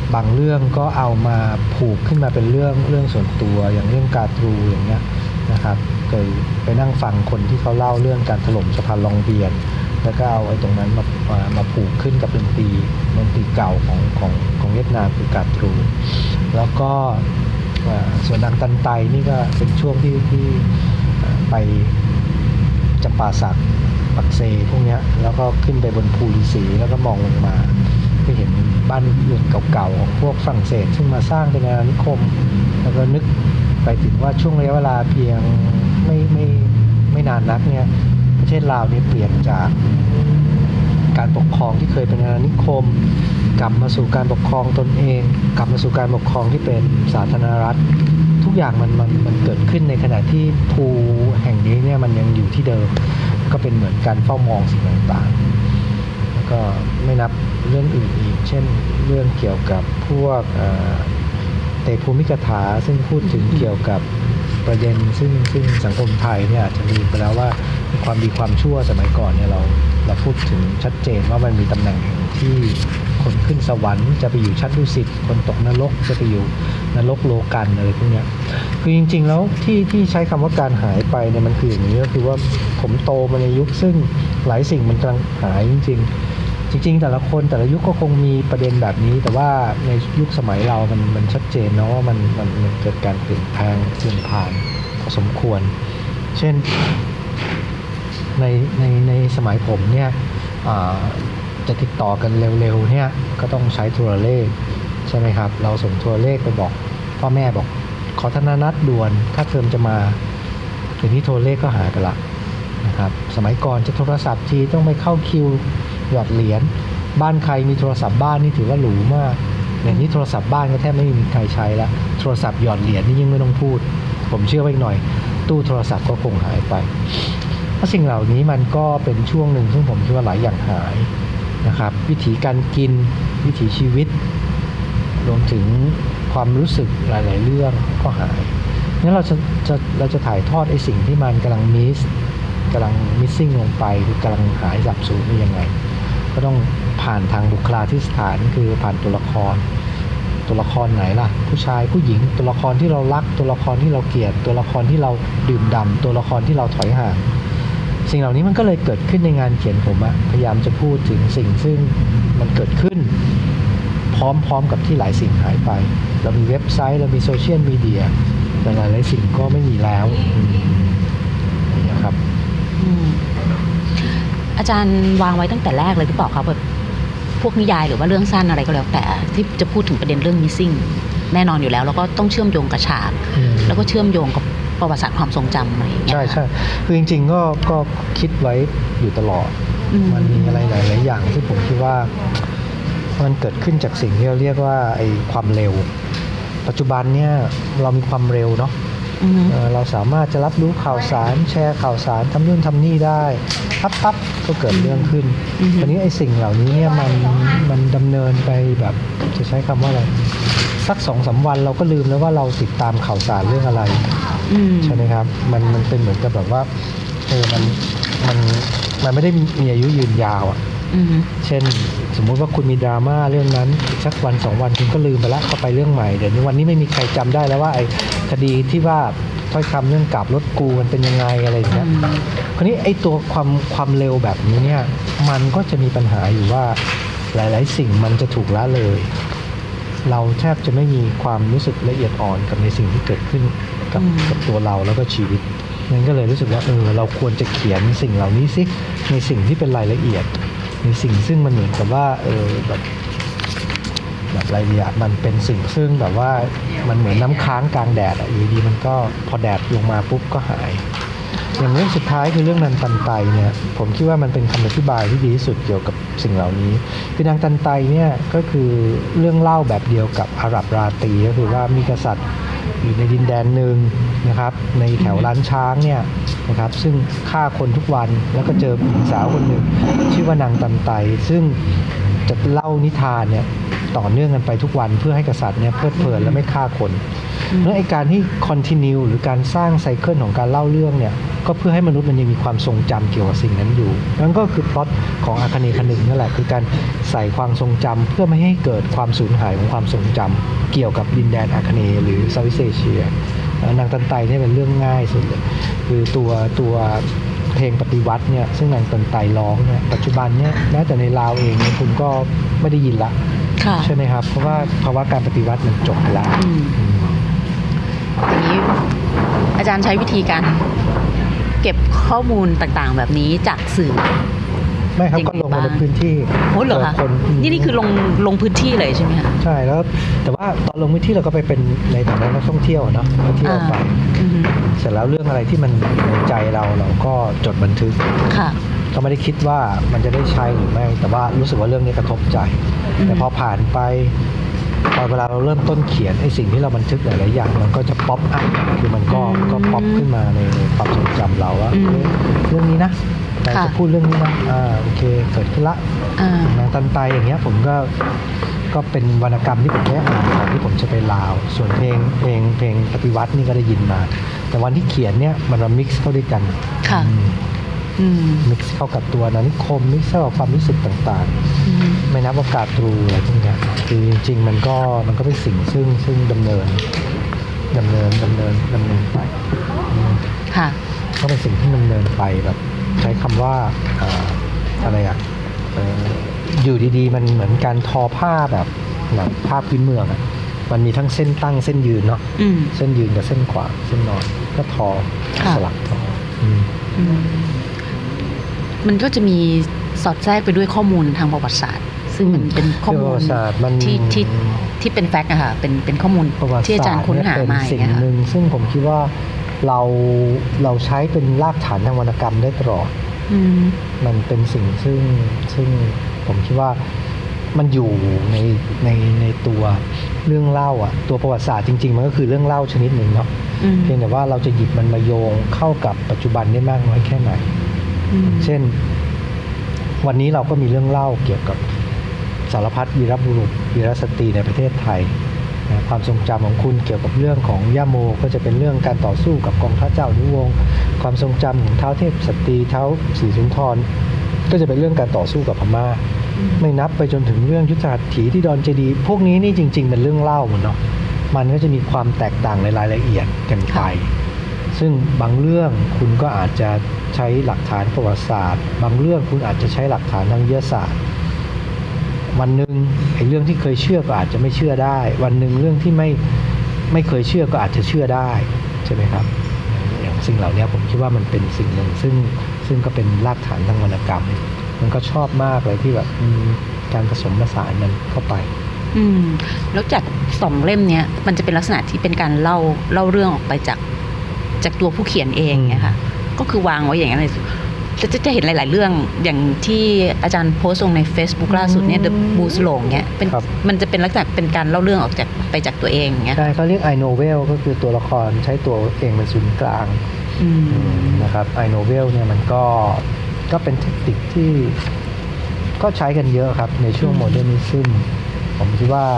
[SPEAKER 6] บางเรื่องก็เอามาผูกขึ้นมาเป็นเรื่องเรื่องส่วนตัวอย่างเรื่องกาตรูอย่างเงี้ยนะครับเคยไปนั่งฟังคนที่เขาเล่าเรื่องการถล่มสะพานลองเบียนแล้วก็เอาไอ้ตรงนั้นมามามาผูกขึ้นกับดนตรีดนตรีเก่าของของของเวียดนามคือกาตรูแล้วก็ส่วนนางตันไตนี่ก็เป็นช่วงที่ที่ไปจำปาสักปักเซพวกนี้แล้วก็ขึ้นไปบนภูฤาษีแล้วก็มองลงมาก็เห็นบ้านเรือนเก่าๆของพวกฝรั่งเศสซึ่งมาสร้างเป็นอาณานิคมแล้วก็นึกไปถึงว่าช่วงระยะเวลาเพียงไม่ไม่ไม่นานนักเนี่ยประเทศลาวนี่เปลี่ยนจากการปกครองที่เคยเป็นอาณานิคมกลับมาสู่การปกครองตนเองกลับมาสู่การปกครองที่เป็นสาธารณรัฐทุกอย่างมันมันมันเกิดขึ้นในขณะที่ภูแห่งนี้เนี่ยมันยังอยู่ที่เดิมก็เป็นเหมือนการเฝ้ามองสิ่งต่างๆแล้วก็ไม่นับเรื่องอื่นอีกเช่นเรื่องเกี่ยวกับพวกเตภูมิกถาซึ่งพูดถึงเกี่ยวกับประเด็นซึ่งซึ่งสังคมไทยเนี่ยอาจจะลืมไปแล้วว่าความดีความชั่วสมัยก่อนเนี่ยเราเราพูดถึงชัดเจนว่ามันมีตำแหน่งที่คนขึ้นสวรรค์จะไปอยู่ชั้นดุสิตคนตกนรกจะไปอยู่นรกโลกันอะไรพวกนี้คือจริงๆแล้วที่ที่ใช้คำว่าการหายไปเนี่ยมันคืออย่างนี้ก็คือว่าผมโตมาในยุคซึ่งหลายสิ่งมันกำลังหายจริงๆจริงๆแต่ละคนแต่ละยุคก็คงมีประเด็นแบบนี้แต่ว่าในยุคสมัยเรามันมันชัดเจนเนาะว่ามันมันมันเกิดการเปลี่ยนแปลงเปลี่ยนผ่านพอสมควรเช่นในในในสมัยผมเนี่ยจะติดต่อกันเร็วๆเนี่ยก็ต้องใช้โทรเลขใช่ไหมครับเราส่งโทรเลขไปบอกพ่อแม่บอกขอธนานัดด่วนค่าเทอมจะมาทีนี้โทรเลขก็หายไปละนะครับสมัยก่อนจะโทรศัพท์ทีต้องไปเข้าคิวหยอดเหรียญบ้านใครมีโทรศัพท์บ้านนี่ถือว่าหรูมากอย่างนี้โทรศัพท์บ้านก็แทบไม่มีใครใช้ละโทรศัพท์หยอดเหรียญนี่ยิ่งไม่ต้องพูดผมเชื่อว่าอีกหน่อยตู้โทรศัพท์ก็คงหายไปเพราะสิ่งเหล่านี้มันก็เป็นช่วงหนึ่งซึ่งผมคิดว่าหลายอย่างหายนะครับวิถีการกินวิถีชีวิตรวมถึงความรู้สึกหลายๆเรื่องก็หายงั้นเราจะจะเราจะถ่ายทอดไอ้สิ่งที่มันกำลังมิสกำลังมิสซิ่งลงไปคือกำลังหายสับสูญได้ยังไงก็ต้องผ่านทางบุคลาธิสถานคือผ่านตัวละครตัวละครไหนล่ะผู้ชายผู้หญิงตัวละครที่เรารักตัวละครที่เราเกลียดตัวละครที่เราดื่มด่ำตัวละครที่เราถอยห่างสิ่งเหล่านี้มันก็เลยเกิดขึ้นในงานเขียนผมอะพยายามจะพูดถึงสิ่งซึ่งมันเกิดขึ้นพร้อมๆกับที่หลายสิ่งหายไปเรามีเว็บไซต์เรามีโซเชียลมีเดียแต่หลายๆสิ่งก็ไม่มีแล้วนะครับ
[SPEAKER 2] อาจารย์วางไว้ตั้งแต่แรกเลยหรือเปล่าครับแบบพวกนิยายหรือว่าเรื่องสั้นอะไรก็แล้วแต่ที่จะพูดถึงประเด็นเรื่อง missing แน่นอนอยู่แล้วแล้วก็ต้องเชื่อมโยงกับฉากแล้วก็เชื่อมโยงกับประวัติศาสตร์ความทรงจำอะไรอย่างเงี้ย
[SPEAKER 6] ใช่ใช่คือจริงๆก็ก็คิดไว้อยู่ตลอดมันมีอะไรหลายๆอย่างที่ผมคิดว่ามันเกิดขึ้นจากสิ่งที่เราเรียกว่าไอ้ความเร็วปัจจุบันเนี่ยเรามีความเร็วเนาะเราสามารถจะรับรู้ข่าวสารแชร์ข่าวสารทำนู่นทำนี่ได้ปั๊บปั๊บก็เกิดเรื่องขึ้นทีนี้ไอ้สิ่งเหล่านี้เนี่ยมันมันดำเนินไปแบบจะใช้คำว่าอะไรสักสองสามวันเราก็ลืมแล้วว่าเราติดตามข่าวสารเรื่องอะไรใช่ไหมครับมันมันเป็นเหมือนกับแบบว่าเออมันมันมันไม่ได้มีอายุยืนยาวอ่ะเช่นสมมุติว่าคุณมีดราม่าเรื่องนั้นสักวันสองวันคุณก็ลืมไปแล้วก็ไปเรื่องใหม่เดี๋ยวนี้วันนี้ไม่มีใครจำได้แล้วว่าไอ้คดีที่ว่าถ้อยคำเรื่องกลับรถกูมันเป็นยังไงอะไรอย่างเงี้ยคราวนี้ไอ้ตัวความความเร็วแบบนี้เนี่ยมันก็จะมีปัญหาอยู่ว่าหลายๆสิ่งมันจะถูกละเลยเราแทบจะไม่มีความรู้สึกละเอียดอ่อนกับในสิ่งที่เกิดขึ้นกับกับตัวเราแล้วก็ชีวิตนั่นก็เลยรู้สึกว่าเออเราควรจะเขียนสิ่งเหล่านี้สิในสิ่งที่เป็นรายละเอียดในสิ่งซึ่งมันเหมือนกับว่าเออแบบแบบรายละเอียดมันเป็นสิ่งซึ่งแบบว่ามันเหมือนน้ำค้างกลางแดดอ่ะอยู่ดีมันก็พอแดดลงมาปุ๊บก็หายอย่างเรื่องสุดท้ายคือเรื่องนางตันไตเนี่ยผมคิดว่ามันเป็นคำอธิบายที่ดีที่สุดเกี่ยวกับสิ่งเหล่านี้คือนางตันไตเนี่ยก็คือเรื่องเล่าแบบเดียวกับอาหรับราตรีก็คือว่ามีกษัตริย์อยู่ในดินแดนหนึ่งนะครับในแถวล้านช้างเนี่ยนะครับซึ่งฆ่าคนทุกวันแล้วก็เจอหญิงสาวคนหนึ่งชื่อว่านางตันไตซึ่งจะเล่านิทานเนี่ยต่อเนื่องกันไปทุกวันเพื่อให้กษัตริย์เนี่ยเพลิดเพลินและไม่ฆ่าคนเพราะไอ้การที่ continue หรือการสร้างไซเคิลของการเล่าเรื่องเนี่ยก็เพื่อให้มนุษย์มันยังมีความทรงจำเกี่ยวกับสิ่งนั้นอยู่นั่นก็คือพล็อตของอาคเนย์คนึงนั่นแหละคือการใส่ความทรงจำเพื่อไม่ให้เกิดความสูญหายของความทรงจำเกี่ยวกับดินแดนอาคเนย์หรือเซาท์อีสต์เอเชียนางตันไตเนี่ยเป็นเรื่องง่ายสุดเลยคือตัวตัวเพลงปฏิวัติเนี่ยซึ่งนางตันไตร้องเนี่ยปัจจุบันเนี่ยแม้แต่ในลาวเองเนี่ยคุณก็ไม่ได้ยินละใช่ไหมครับเพราะว่าภาวะการปฏิวัติมันจบไปแล้ว
[SPEAKER 2] ทีนี้อาจารย์ใช้วิธีการเก็บข้อมูลต่างๆแบบนี้จากสื่อ
[SPEAKER 6] ไม่ครับก็ลงมาในพื้นที่
[SPEAKER 2] โอ้เหรอคะนี่นี่คือลงลงพื้นที่เลยใช่ไหมคะ
[SPEAKER 6] ใช่แล้วแต่ว่าตอนลงพื้นที่เราก็ไปเป็นในฐานะนักท่องเที่ยวเนาะท่องเที่ยวไปเสร็จแล้วเรื่องอะไรที่มันในใจเราเราก็จดบันทึกก็ไม่ได้คิดว่ามันจะได้ใช้หรือไม่แต่ว่ารู้สึกว่าเรื่องนี้กระทบใจแต่พอผ่านไปพอเวลาเราเริ่มต้นเขียนไอ้สิ่งที่เราบันทึกหลายๆอย่างมันก็จะป๊อปอัพคือมันก็ก็ป๊อปขึ้นมาในความทรงจำเราว่าเรื่องนี้นะเราจะพูดเรื่องนี้นะอ่าโอเคเกิดขึ้นละนางตันไตอย่างเงี้ยผมก็ก็เป็นวรรณกรรมที่ผมได้อ่านก่อนที่ผมจะไปลาวส่วนเพลงเพลงเพลงปฏิวัตินี่ก็ได้ยินมาแต่วันที่เขียนเนี่ยมันมามิกซ์เข้าด้วยกัน
[SPEAKER 2] ค่ะ
[SPEAKER 6] มิกซ์เข้ากับตัวนานิคมมิกซ์เข้ากับความรู้สึกต่างๆไม่นับว่ากาตรูอะไรพวกนี้คือจริงๆมันก็มันก็เป็นสิ่งซึ่งซึ่งดำเนินดำเนินดำเนินดำเนินไป
[SPEAKER 2] ค่ะ
[SPEAKER 6] ก็เป็นสิ่งที่ดำเนินไปแบบใช้คำว่าอะไรอ่ะอยู่ดีๆมันเหมือนการทอผ้าแบบแบบผ้าพื้นเมืองอ่ะมันมีทั้งเส้นตั้งเส้นยืนเนาะเส้นยืนกับเส้นขวางเส้นนอนก็ทอสลักทอ
[SPEAKER 2] มันก็จะมีสอดแทรกไปด้วยข้อมูลทางประวัติศาสตร์ซึ่งมันเป็นข้อมูลที่ที่ที่เป็นแฟกต์อะค่ะเป็นเป็นข้อมูลที่อาจารย์ค้นหามา
[SPEAKER 6] สิ่งหนึ่งซึ่งผมคิดว่าเราเราใช้เป็นรากฐานทางวรรณกรรมได้ตลอดมันเป็นสิ่งซึ่งซึ่งผมคิดว่ามันอยู่ในในในตัวเรื่องเล่าอ่ะตัวประวัติศาสตร์จริงๆมันก็คือเรื่องเล่าชนิดหนึ่งเนาะเพียงแต่ว่าเราจะหยิบมันมาโยงเข้ากับปัจจุบันได้มากน้อยแค่ไหนเช่นวันนี้เราก็มีเรื่องเล่าเกี่ยวกับสารพัดวีรบุรุษวีรสตรีในประเทศไทยความทรงจำของคุณเกี่ยวกับเรื่องของย่าโมก็จะเป็นเรื่องการต่อสู้กับกองทัพเจ้านิวงศ์ความทรงจำของท้าวเทพสตรีท้าวศรีสุนทรก็จะเป็นเรื่องการต่อสู้กับพม่าไม่นับไปจนถึงเรื่องยุทธหัตถีที่ดอนเจดีพวกนี้นี่จริงๆเป็นเรื่องเล่าหมดเนาะมันก็จะมีความแตกต่างในรายละเอียดกันไปซึ่งบางเรื่องคุณก็อาจจะใช้หลักฐานประวัติศาสตร์บางเรื่องคุณอาจจะใช้หลักฐานทางวิทยาศาสตร์วันหนึ่งไอ้เรื่องที่เคยเชื่อก็อาจจะไม่เชื่อได้วันหนึ่งเรื่องที่ไม่ไม่เคยเชื่อก็อาจจะเชื่อได้ใช่ไหมครับอย่างสิ่งเหล่านี้ผมคิดว่ามันเป็นสิ่งหนึ่งซึ่งซึ่งก็เป็นรากฐานทางวรรณกรรมมันก็ชอบมากเลยที่แบบการผสมผสานมันเข้าไป
[SPEAKER 2] อืมแล้วจากสองเล่มเนี้ยมันจะเป็นลักษณะที่เป็นการเล่าเล่าเรื่องออกไปจากจากตัวผู้เขียนเองเนี่ยค่ะก็คือวางไว้อย่างนั้นเลยจะจะเห็นหลายๆเรื่องอย่างที่อาจารย์โพสต์ลงใน Facebook ล่าสุดเนี่ย The Blue Sloan เนี่ยเป็นมันจะเป็นลักษณะเป็นการเล่าเรื่องออกจากไปจากตัวเองเงี้ย
[SPEAKER 6] ใช่เขาเรียก I novel ก็คือตัวละครใช้ตัวเองเป็นศูนย์กลางนะครับ I novel เนี่ยมันก็ก็เป็นเทคนิคที่ก็ใช้กันเยอะครับในช่วงโมเดิร์นิซึมผมคิดว่า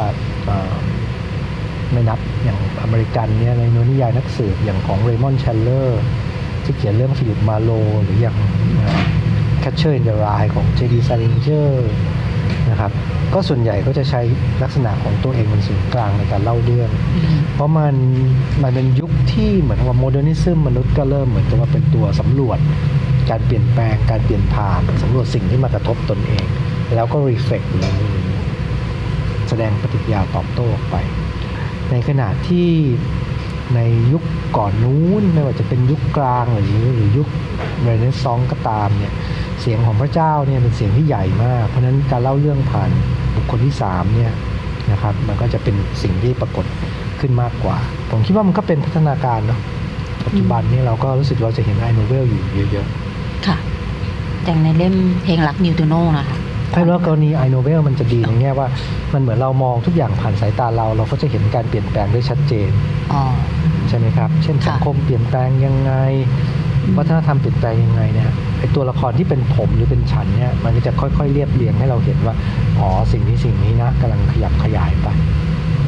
[SPEAKER 6] ไม่นับอย่างอเมริกันเนี่ยในนิยายนักสืบอย่างของเรย์มอนด์แชลเลอร์ที่เขียนเรื่องฟิลิปมาโลหรืออย่าง Catcher in the Rye ของ เจ ดี Salinger นะครับก็ส่วนใหญ่ก็จะใช้ลักษณะของตัวเองเป็นศูนย์กลางในการเล่าเรื่องเพราะมันมันเป็นยุคที่เหมือนว่าโมเดิร์นิซึมมนุษย์ก็เริ่มเหมือนกับว่าเป็นตัวสำรวจการเปลี่ยนแปลงการเปลี่ยนผ่านสำรวจสิ่งที่มากระทบตนเองแล้วก็รีเฟล็กต์หรือแสดงปฏิกิริยาตอบโต้ออกไปในขณะที่ในยุคก่อนนู้นไม่ว่าจะเป็นยุคกลางหรือหรือยุคเรเนซองส์ก็ตามเนี่ยเสียงของพระเจ้าเนี่ยเป็นเสียงที่ใหญ่มากเพราะฉะนั้นการเล่าเรื่องผ่านบุคคลที่สามเนี่ยนะครับมันก็จะเป็นสิ่งที่ปรากฏขึ้นมากกว่าผมคิดว่ามันก็เป็นพัฒนาการเนาะปัจจุบันนี้เราก็รู้สึกเราจะเห็นไอโนเวลอยู่เยอะ
[SPEAKER 2] ๆค่ะอย่างในเล่มเพลงรักนิวตูโน่นะคะ
[SPEAKER 6] ใช่แล้วกรณีไอโนเวลมันจะดีในแง่ว่ามันเหมือนเรามองทุกอย่างผ่านสายตาเราเราก็จะเห็นการเปลี่ยนแปลงได้ชัดเจนใช่ไหมครับเช่นสังคมเปลี่ยนแปลงยังไงวัฒนธรรมเปลี่ยนแปลงยังไงเนี่ยไอตัวละครที่เป็นผมหรือเป็นฉันเนี่ยมันก็จะค่อยๆเรียบเรียงให้เราเห็นว่าอ๋อสิ่งนี้สิ่งนี้นะกำลังขยับขยายไป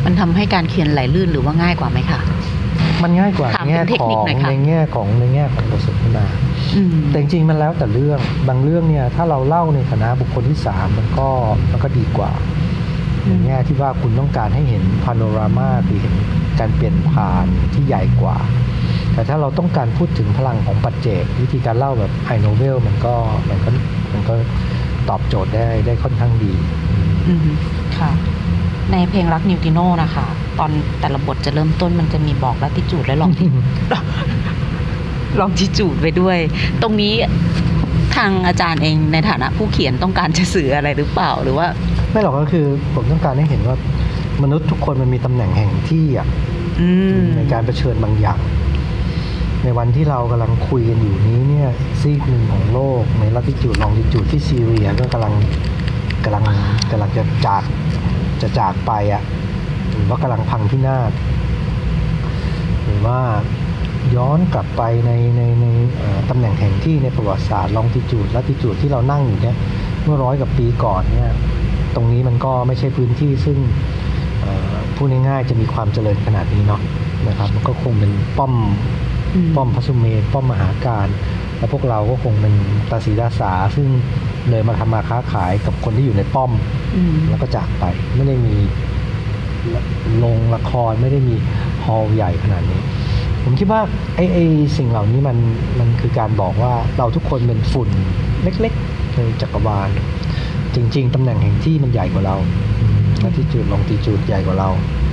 [SPEAKER 2] มันทำให้การเขียนไหลลื่นหรือว่าง่ายกว่าไหมคะ
[SPEAKER 6] มันง่ายกว่าในแง่ของในแง่ของในแง่ของบทสนทนาแต่จริงๆมันแล้วแต่เรื่องบางเรื่องเนี่ยถ้าเราเล่าในฐานะบุคคลที่สามมันก็มันก็ดีกว่าในแง่ที่ว่าคุณต้องการให้เห็นพาโนรามาคือเห็นการเปลี่ยนผ่านที่ใหญ่กว่าแต่ถ้าเราต้องการพูดถึงพลังของปัจเจกวิธีการเล่าแบบไฮโนเวลมันก็มันก็มันก็ตอบโจทย์ได้ได้ค่อนข้างดี
[SPEAKER 2] อืมค่ะในเพลงรักนิวติโน่นะคะตอนแต่ละบทจะเริ่มต้นมันจะมีบอกลัติจูดและลองที่ ลองจิจูดไปด้วยตรงนี้ทางอาจารย์เองในฐานะผู้เขียนต้องการจะสื่ออะไรหรือเปล่าหรือว่า
[SPEAKER 6] ไม่หรอกก็คือผมต้องการให้เห็นว่ามนุษย์ทุกคนมันมีตำแหน่งแห่งที่อ่ะในการเผชิญบางอย่างในวันที่เรากำลังคุยกันอยู่นี้เนี่ยซีกหนึ่งของโลกในลัติจูดลองจิจูดที่ซีเรียก็กำลังกำลังกำลังจะจากจะจากไปอ่ะหรือว่ากำลังพังพินาศหรือว่าย้อนกลับไปในในในตำแหน่งแห่งที่ในประวัติศาสตร์ลองจิจูดลัติจูดที่เรานั่งอยู่เนี่ยเมื่อร้อยกว่าปีก่อนเนี่ยตรงนี้มันก็ไม่ใช่พื้นที่ซึ่งพูดง่ายๆจะมีความเจริญขนาดนี้เนาะนะครับมันก็คงเป็นป้อมป้อมพระสุเมรุป้อมมหาการแล้วพวกเราก็คงเป็นตาสีตาสาซึ่งเลยมาทำมาค้าขายกับคนที่อยู่ในป้อมแล้วก็จากไปไม่ได้มีโรงละครไม่ได้มีฮอลล์ใหญ่ขนาดนี้ผมคิดว่าไอ้ไอ้สิ่งเหล่านี้มันมันคือการบอกว่าเราทุกคนเป็นฝุ่นเล็กๆในจักรวาลจริงๆตำแหน่งแห่งที่มันใหญ่กว่าเราลัติจูดลองจิจูดใหญ่กว่าเรา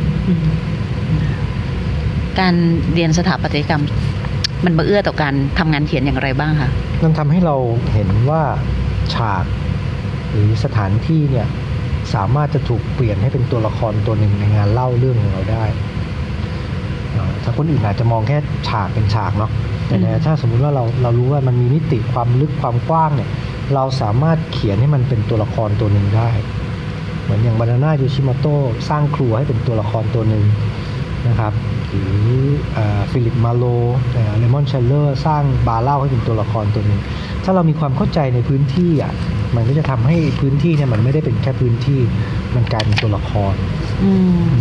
[SPEAKER 2] การเรียนสถาปัตยกรรมมันมาเอื้อต่อการทำงานเขียนอย่างไรบ้างคะ
[SPEAKER 6] มันทำให้เราเห็นว่าฉากหรือสถานที่เนี่ยสามารถจะถูกเปลี่ยนให้เป็นตัวละครตัวหนึ่งในงานเล่าเรื่องของเราได้ถ้าคนอื่นอาจจะมองแค่ฉากเป็นฉากเนาะแต่ถ้าสมมุติว่าเราเรารู้ว่ามันมีมิติความลึกความกว้างเนี่ยเราสามารถเขียนให้มันเป็นตัวละครตัวหนึ่งได้เหมือนอย่างบานาน่าโยชิโมโตะสร้างครัวให้เป็นตัวละครตัวหนึ่งนะครับหรือฟิลิปมาโลเลมอนเชลเลอร์สร้างบาร์เล่าให้เป็นตัวละครตัวหนึ่งถ้าเรามีความเข้าใจในพื้นที่อ่ะมันก็จะทำให้พื้นที่เนี่ยมันไม่ได้เป็นแค่พื้นที่มันกลายเป็นตัวละคร
[SPEAKER 2] อืม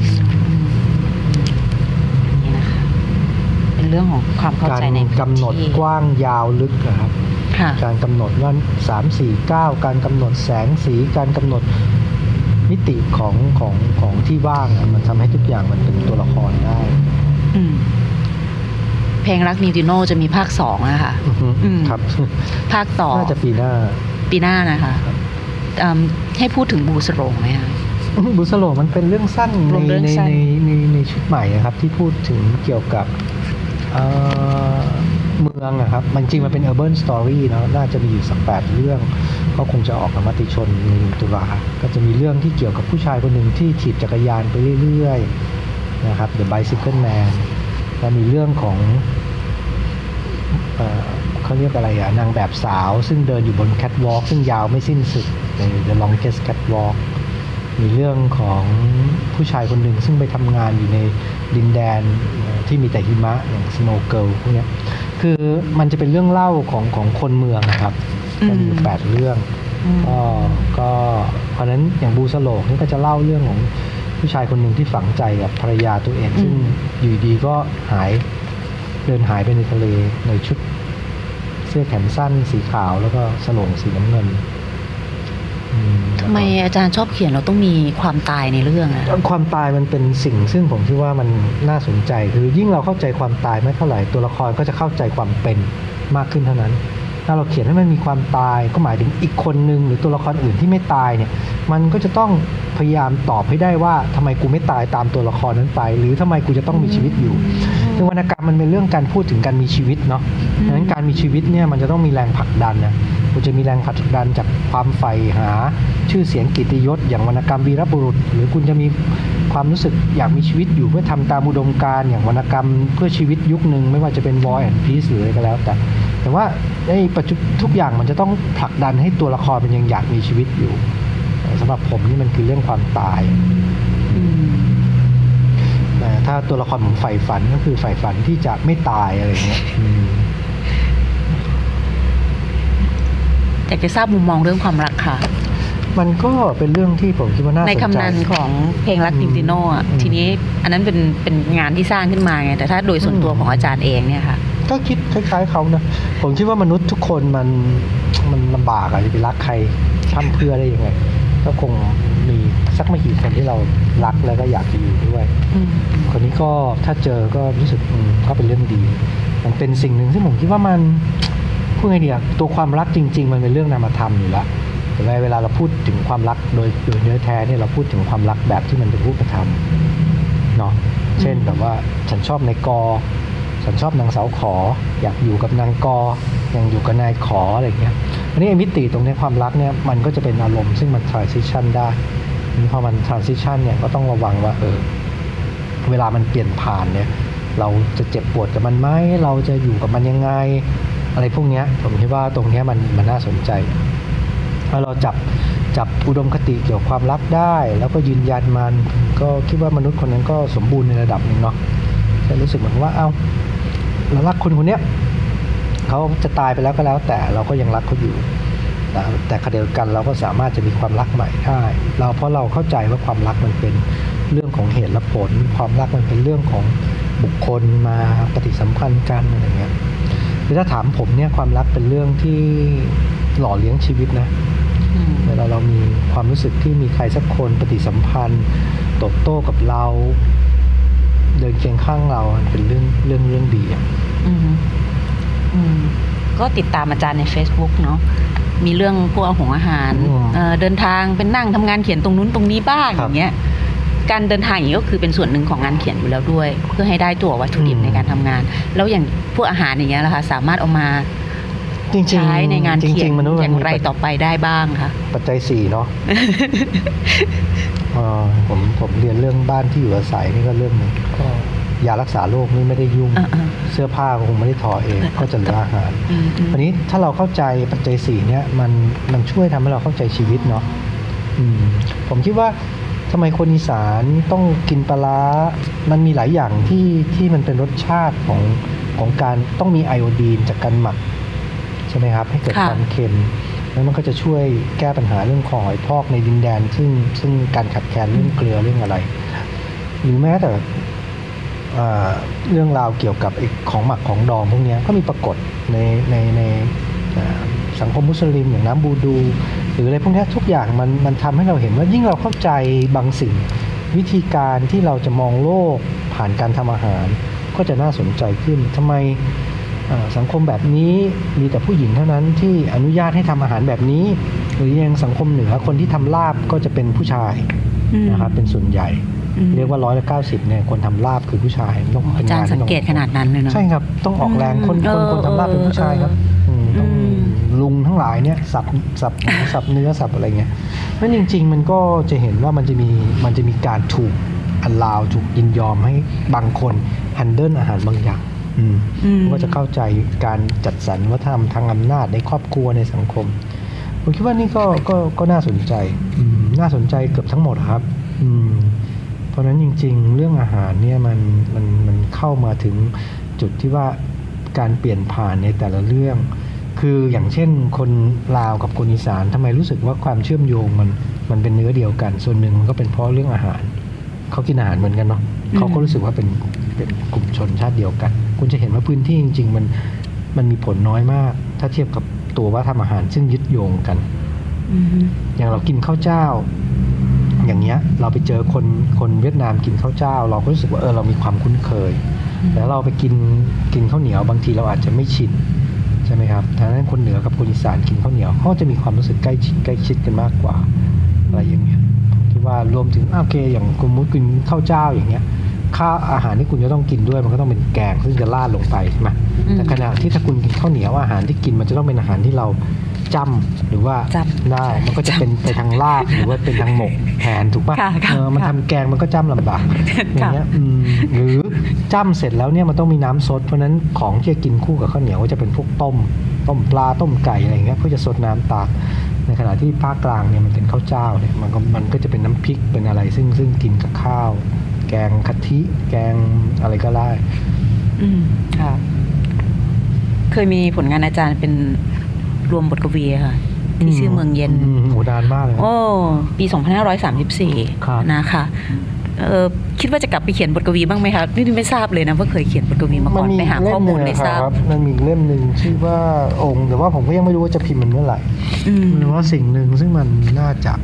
[SPEAKER 2] นี่นะคะเป็นเรื่องของความเข้าใจใน
[SPEAKER 6] การกำหนดกว้างยาวลึกนะครับการกำหนดว่าสาม สี่ เก้าการกำหนดแสงสีการกำหนดมิติของของของที่ว่างมันทำให้ทุกอย่างมันเป็นตัวละครได้
[SPEAKER 2] เพลงรักนิวติโน่จะมีภาคสองอะค่ะ
[SPEAKER 6] ครับ
[SPEAKER 2] ภาคต่อ
[SPEAKER 6] น่าจะปีหน้า
[SPEAKER 2] ปีหน้านะคะให้พูดถึงบูสโรงไหมคะ
[SPEAKER 6] บูสโรงมันเป็นเรื่องสั้นในในในในในชุดใหม่นะครับที่พูดถึงเกี่ยวกับเมืองอะครับมันจริงมันเป็น urban story เนาะน่าจะมีอยู่สักแปดเรื่องก็คงจะออกกับมติชนในตุลาก็จะมีเรื่องที่เกี่ยวกับผู้ชายคนหนึ่งที่ถีบจักรยานไปเรื่อยๆนะครับ The Bicycle Man แล้วมีเรื่องของเอ่อเขาเรียกอะไรอะนางแบบสาวซึ่งเดินอยู่บนแคทวอล์กซึ่งยาวไม่สิ้นสุดใน The Longest Catwalk มีเรื่องของผู้ชายคนหนึ่งซึ่งไปทำงานอยู่ในดินแดนที่มีแต่หิมะอย่าง Snow Girl พวกนี้คือมันจะเป็นเรื่องเล่าของของคนเมืองนะครับก็มีแปดเรื่องก็ก็เพราะนั้นอย่างบูสโลกนี่ก็จะเล่าเรื่องของผู้ชายคนหนึ่งที่ฝังใจกับภรรยาตัวเองซึ่งอยู่ดีก็หายเดินหายไปในทะเลในชุดเสื้อแขนสั้นสีขาวแล้วก็สโลงสีน้ำเงิน
[SPEAKER 2] ทำไมอาจารย์ชอบเขียนเราต้องมีความตายในเรื่องอะ
[SPEAKER 6] ความตายมันเป็นสิ่งซึ่งผมคิดว่ามันน่าสนใจคือยิ่งเราเข้าใจความตายไม่เท่าไหร่ตัวละครก็จะเข้าใจความเป็นมากขึ้นเท่านั้นถ้าเราเขียนให้มันมีความตายก็หมายถึงอีกคนนึงหรือตัวละครอื่นที่ไม่ตายเนี่ยมันก็จะต้องพยายามตอบให้ได้ว่าทำไมกูไม่ตายตามตัวละครนั้นไปหรือทำไมกูจะต้องมีชีวิตอยู่คือวรรณกรรมมันเป็นเรื่องการพูดถึงการมีชีวิตเนาะดังนั้นการมีชีวิตเนี่ยมันจะต้องมีแรงผลักดันนะกูจะมีแรงผลักดันจากความใฝ่หาชื่อเสียงกิตติยศอย่างวรรณกรรมวีรบุรุษหรือคุณจะมีความรู้สึกอยากมีชีวิตอยู่เพื่อทำตามอุดมการณ์อย่างวรรณกรรมเพื่อชีวิตยุคนึงไม่ว่าจะเป็น War and Peace หรืออะไรก็แล้วแต่แต่ว่าในปัจจุบันทุกอย่างมันจะต้องผลักดันให้ตัวละครมันยังอยากมีชีวิตอยู่สำหรับผมนี่มันคือเรื่องความตายแต่ถ้าตัวละครผมใฝ่ฝันก็คือใฝ่ฝันที่จะไม่ตายอะไรเงี้ย
[SPEAKER 2] อยากจะทราบมุมมองเรื่องความรักค่ะ
[SPEAKER 6] มันก็เป็นเรื่องที่ผมคิดว่าน่าสนใจ
[SPEAKER 2] ในคำนันของเพลงรักดิมติโน่อ่ะทีนี้อันนั้นเป็นเป็นงานที่สร้างขึ้นมาไงแต่ถ้าโดยส่วนตัวของอาจารย์เองเนี่ยค่ะ
[SPEAKER 6] ก็คิดคล้ายๆเขานะผมคิดว่ามนุษย์ทุกคนมันมันลำบากอะจะไปรักใครท่านเพื่อได้ยังไงก็คงมีสักไม่กี่คนที่เรารักแล้วก็อยากจะอยู่ด้วยคนนี้ก็ถ้าเจอก็รู้สึกก็เป็นเรื่องดีมันเป็นสิ่งหนึ่งที่ผมคิดว่ามันพูดไงดีอะตัวความรักจริงๆมันเป็นเรื่องนามธรรมอยู่แล้วแต่เวลาเราพูดถึงความรักโดยโดยเนื้อแท้เนี่ยเราพูดถึงความรักแบบที่มันเป็นรูปธรรมเนาะเช่นแบบว่าฉันชอบนายกฉันชอบนางสาวขออยากอยู่กับนางกยังอยู่กับนายขออะไรเงี้ยอันนี้มิติตรงนี้ความรักเนี่ยมันก็จะเป็นอารมณ์ซึ่งมัน transition ได้พอมัน transition เนี่ยก็ต้องระวังว่าเออเวลามันเปลี่ยนผ่านเนี่ยเราจะเจ็บปวดกับมันไหมเราจะอยู่กับมันยังไงอะไรพวกนี้ผมคิดว่าตรงนี้มันมันน่าสนใจถ้าเราจับจับอุดมคติเกี่ยวกับความรักได้แล้วก็ยืนยันมันก็คิดว่ามนุษย์คนนั้นก็สมบูรณ์ในระดับหนึ่งเนาะจะรู้สึกเหมือนว่าเอ้าเรารักคนคนนี้เขาจะตายไปแล้วก็แล้วแต่เราก็ยังรักเขาอยู่แต่ขณะเดียวกันเราก็สามารถจะมีความรักใหม่ได้เราเพราะเราเข้าใจว่าความรักมันเป็นเรื่องของเหตุและผลความรักมันเป็นเรื่องของบุคคลมาปฏิสัมพันธ์กันอะไรเงี้ยคือถ้าถามผมเนี่ยความรักเป็นเรื่องที่หล่อเลี้ยงชีวิตนะเวลาเรามีความรู้สึกที่มีใครสักคนปฏิสัมพันธ์ตบโต้กับเราเดินเคียงข้างเราเป็นเรื่องเรื่องเรื่องดีอ่ะ
[SPEAKER 2] ก็ติดตามอาจารย์ใน Facebook เนาะมีเรื่องพวกอาหงอาหารเอ่อเดินทางเป็นนั่งทำงานเขียนตรงนู้นตรงนี้บ้างอย่างเงี้ยการเดินทางอย่างนี้ก็คือเป็นส่วนหนึ่งของงานเขียนอยู่แล้วด้วยเพื่อให้ได้ตัววัตถุดิบในการทำงานแล้วอย่างพวกอาหารอย่างเงี้ยนะคะสามารถเอามาใช้ในงานเขียนอย่างไรต่อไปได้บ้างคะ
[SPEAKER 6] ปัจจัยสี่เนาะ ผมผมเรียนเรื่องบ้านที่อยู่อาศัยนี่ก็เรื่องนึงก็ยารักษาโรคนี่ไม่ได้ยุ่งเสื้อผ้าคงไม่ได้ทอเองก็จะเหลืออาหารอันนี้ถ้าเราเข้าใจปัจจัยสี่เนี่ยมันมันช่วยทำให้เราเข้าใจชีวิตเนาะผมคิดว่าทำไมคนอีสานต้องกินปลาร้ามันมีหลายอย่างที่ที่มันเป็นรสชาติของของการต้องมีไอโอดีนจากการหมักใช่ไหมครับให้เกิดความเค็มแล้วมันก็จะช่วยแก้ปัญหาเรื่องของหอยพอกในดินแดนซึ่งซึ่งการขัดแคลนเรื่องเกลือเรื่องอะไรหรือแม้แต่เรื่องราวเกี่ยวกับของหมักของดองพวกนี้ก็มีปรากฏในในในสังคมมุสลิมอย่างน้ำบูดูหรืออะไรพวกนี้ทุกอย่างมันมันทำให้เราเห็นว่ายิ่งเราเข้าใจบางสิ่งวิธีการที่เราจะมองโลกผ่านการทำอาหารก็จะน่าสนใจขึ้นทำไมสังคมแบบนี้มีแต่ผู้หญิงเท่านั้นที่อนุญาตให้ทำอาหารแบบนี้หรือยังสังคมเหนือคนที่ทำลาบก็จะเป็นผู้ชายนะครับเป็นส่วนใหญ่เรียกว่าร้อยละเก้าสิบเนี่ยคนทำลาบคือผู้ชายต้อง
[SPEAKER 2] เป็นงานสังเกตขนาดนั้นเลยเนาะ
[SPEAKER 6] ใช่ครับต้องออกแรงคนคนคนทำลาบเป็นผู้ชายครับต้องลุงทั้งหลายเนี่ยสับสับสับเนื้อสับอะไรเงี้ยนั่นจริงๆมันก็จะเห็นว่ามันจะมีมันจะมีการถูกอัลลาวถูกยินยอมให้บางคนฮันเดิลอาหารบางอย่างก็จะเข้าใจการจัดสรรวัฒนธรรมทางอำนาจในครอบครัวในสังคมผมคิดว่านี่ก็ก็ก็น่าสนใจน่าสนใจเกือบทั้งหมดครับเพราะฉะนั้นจริงๆเรื่องอาหารเนี่ยมันมันมันเข้ามาถึงจุดที่ว่าการเปลี่ยนผ่านในแต่ละเรื่องคืออย่างเช่นคนลาวกับคนอีสานทำไมรู้สึกว่าความเชื่อมโยงมันมันเป็นเนื้อเดียวกันส่วนหนึ่งก็เป็นเพราะเรื่องอาหารเขากินอาหารเหมือนกันเนาะเขาก็รู้สึกว่าเป็นเป็นกลุ่มชนชาติเดียวกันคุณจะเห็นว่าพื้นที่จริงๆมันมันมีผลน้อยมากถ้าเทียบกับตัวว่าทำอาหารซึ่งยึดโยงกัน mm-hmm. อย่างเรากินข้าวเจ้าอย่างเงี้ยเราไปเจอคนคนเวียดนามกินข้าวเจ้าเราก็รู้สึกว่าเออเรามีความคุ้นเคย mm-hmm. แล้วเราไปกินกินข้าวเหนียวบางทีเราอาจจะไม่ชินใช่ไหมครับทางนั้นคนเหนือกับคนอีสานกินข้าวเหนียวเขาจะมีความรู้สึกใกล้ชิดใกล้ชิดกันมากกว่าอะไรอย่างเงี้ยคิดว่ารวมถึงโอเคอย่างคุณมุดกินข้าวเจ้าอย่างเงี้ยข้าวอาหารที่คุณจะต้องกินด้วยมันก็ต้องเป็นแกงซึ่งจะราดลงไปใช่ไหมแต่ขณะที่ถ้าคุณกินข้าวเหนียวอาหารที่กินมันจะต้องเป็นอาหารที่เราจ้ำหรือว่าได้มันก็จะเป็นไปทางลาบหรือว่าเป็นทางหมกแทนถูกป่ะเออมันทำแกงมันก็จ้ำลำบากอย่างเงี้ยหรือจ้ำเสร็จแล้วเนี่ยมันต้องมีน้ำซดเพราะนั้นของที่จะกินคู่กับข้าวเหนียวก็จะเป็นพวกต้มต้มปลาต้มไก่อะไรอย่างเงี้ยเพื่อจะซดน้ำตากในขณะที่ภาคกลางเนี่ยมันเป็นข้าวเจ้าเนี่ยมันก็มันก็จะเป็นน้ำพริกเป็นอะไรซึ่งซึ่งกินกับข้าวแกงกะทิแกงอะไรก็ได้
[SPEAKER 2] อืมค่ะเคยมีผลงานอาจารย์เป็นรวมบทกวีค่ะที่ชื่อเมืองเย็น
[SPEAKER 6] โอ้นานมากเลย
[SPEAKER 2] โอ้ปีสองพันห้าร้อยสามสิบสี่นะคะเออคิดว่าจะกลับไปเขียนบทกวีบ้างไหมคะนี่ไม่ทราบเลยนะว่าเคยเขียนบทกวีมาก่อนไปหาข้อมูลไม่ทราบ
[SPEAKER 6] มันมีเล่มหนึ่งชื่อว่าองค์แต่ว่าผมก็ยังไม่รู้ว่าจะพิมพ์มันเมื่อไหร่หรือว่าสิ่งหนึ่งซึ่งมันน่าจะ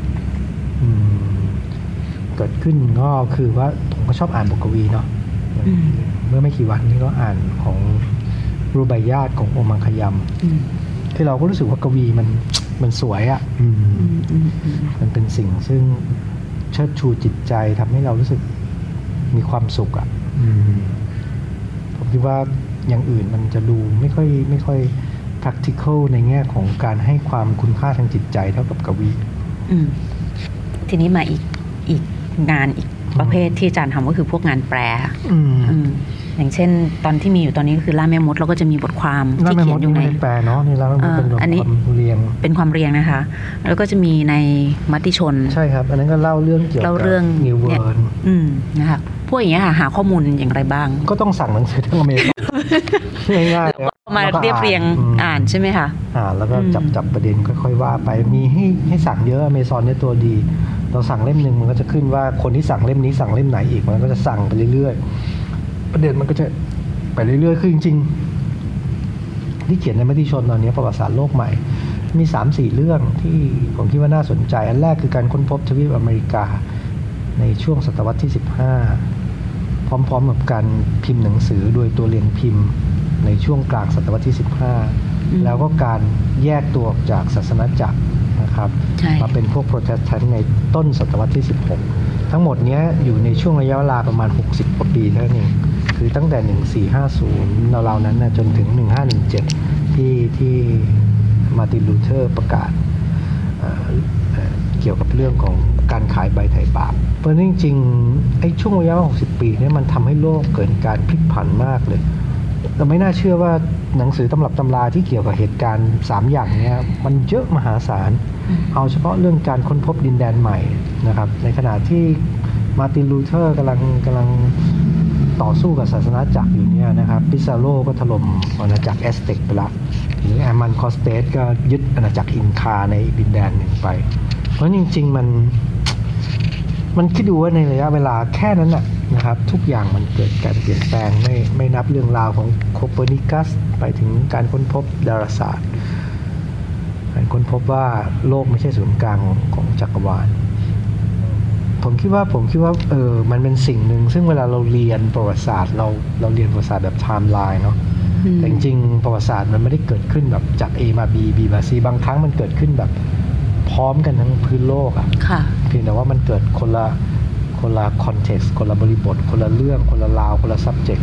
[SPEAKER 6] เกิดขึ้นก็คือว่าผมก็ชอบอ่านบทกวีเนาะเมื่อไม่กี่วันนี้ก็อ่านของรูใบญาติของโอมังคยัมที่เราก็รู้สึกว่ากวีมันมันสวยอ่ะมันเป็นสิ่งซึ่งเชิดชูจิตใจทำให้เรารู้สึกมีความสุขอ่ะผมคิดว่าอย่างอื่นมันจะดูไม่ค่อยไม่ค่อย practical ในแง่ของการให้ความคุณค่าทางจิตใจเท่ากับกวี
[SPEAKER 2] ทีนี้มาอีกอีกงานอีกประเภทที่อาจารย์ทำก็คือพวกงานแปลอย่างเช่นตอนที่มีอยู่ตอนนี้ก็คือล่าแม่มดเราก็จะมีบทความที่เขียนอยู่ใน
[SPEAKER 6] แปลเนาะนี่ล่าแม่มดเป็นความเรียง
[SPEAKER 2] เป็นความเรียงนะคะแล้วก็จะมีในมติชน
[SPEAKER 6] ใช่ครับอันนั้นก็เล่าเรื่องเกี่ยวกับนิวเวิร์น
[SPEAKER 2] นะคะพวกอย่างเงี้ยค่ะหาข้อมูลอย่างไรบ้าง
[SPEAKER 6] ก็ต้องสั่งหนังสือทั้งอเมริกาง่าย
[SPEAKER 2] ๆมาเรียบเรียงอ่านใช่ไหมคะ
[SPEAKER 6] อ่านแล้วก็จับจับประเด็นค่อยๆว่าไปมีให้ให้สั่งเยอะอเมซอนเนี่ยตัวดีเราสั่งเล่มนึงมันก็จะขึ้นว่าคนที่สั่งเล่มนี้สั่งเล่มไหนอีกมันก็จะสั่งไปเรื่อยๆประเด็นมันก็จะไปเรื่อยๆคือจริงๆที่เขียนในมติชนตอนนี้ประวัติศาสตร์โลกใหม่มี สามสี่ เรื่องที่ผมคิดว่าน่าสนใจอันแรกคือการค้นพบทวีปอเมริกาในช่วงศตวรรษที่สิบห้าพร้อมๆกับการพิมพ์หนังสือโดยตัวเรียนพิมพ์ในช่วงกลางศตวรรษที่สิบห้าแล้วก็การแยกตัวออกจากศาสนาจักรนะครับมาเป็นพวกโปรเตสแตนต์ในต้นศตวรรษที่สิบหกทั้งหมดนี้อยู่ในช่วงระยะเวลาประมาณหกสิบกว่าปีเท่านั้นเองคือตั้งแต่หนึ่งสี่ห้าศูนย์ราวๆนั้นนะจนถึงหนึ่งห้าหนึ่งเจ็ดที่ที่มาร์ตินลูเทอร์ประกาศเกี่ยวกับเรื่องของการขายใบไถ่บาปเพราะจริงๆไอ้ช่วงระยะหกสิบปีนี้มันทำให้โลกเกิดการพลิกผันมากเลยเราไม่น่าเชื่อว่าหนังสือตำรับตำราที่เกี่ยวกับเหตุการณ์สามอย่างนี้มันเยอะมหาศาลเอาเฉพาะเรื่องการค้นพบดินแดนใหม่นะครับในขณะที่มาร์ตินลูเทอร์กำลังกำลังต่อสู้กับศาสนาจักรอยู่เนี่ยนะครับปิซาโรก็ถล่มอาณาจักรแอสเต็กไปละหรือแอมันคอสเตสก็ยึดอาณาจักรอินคาในดินแดนหนึ่งไปเพราะจริงๆมันมันคิดดูว่าในระยะเวลาแค่นั้นน่ะนะครับทุกอย่างมันเกิดการเปลี่ยนแปลงไม่ไม่นับเรื่องราวของโคเปอร์นิคัสไปถึงการค้นพบดาราศาสตร์การค้นพบว่าโลกไม่ใช่ศูนย์กลางของของจักรวาลผมคิดว่าผมคิดว่าเออมันเป็นสิ่งหนึ่งซึ่งเวลาเราเรียนประวัติศาสตร์เราเราเรียนประวัติศาสตร์แบบไทม์ไลน์เนาะแต่จริงๆประวัติศาสตร์มันไม่ได้เกิดขึ้นแบบจาก A มา B B มา C บางครั้งมันเกิดขึ้นแบบพร้อมกันทั้งพื้นโลกอ่ะเพียงแต่ว่ามันเกิดคนละคนละคอนเท็กซ์คนละบริบทคนละเรื่องคนละราวคนละ subject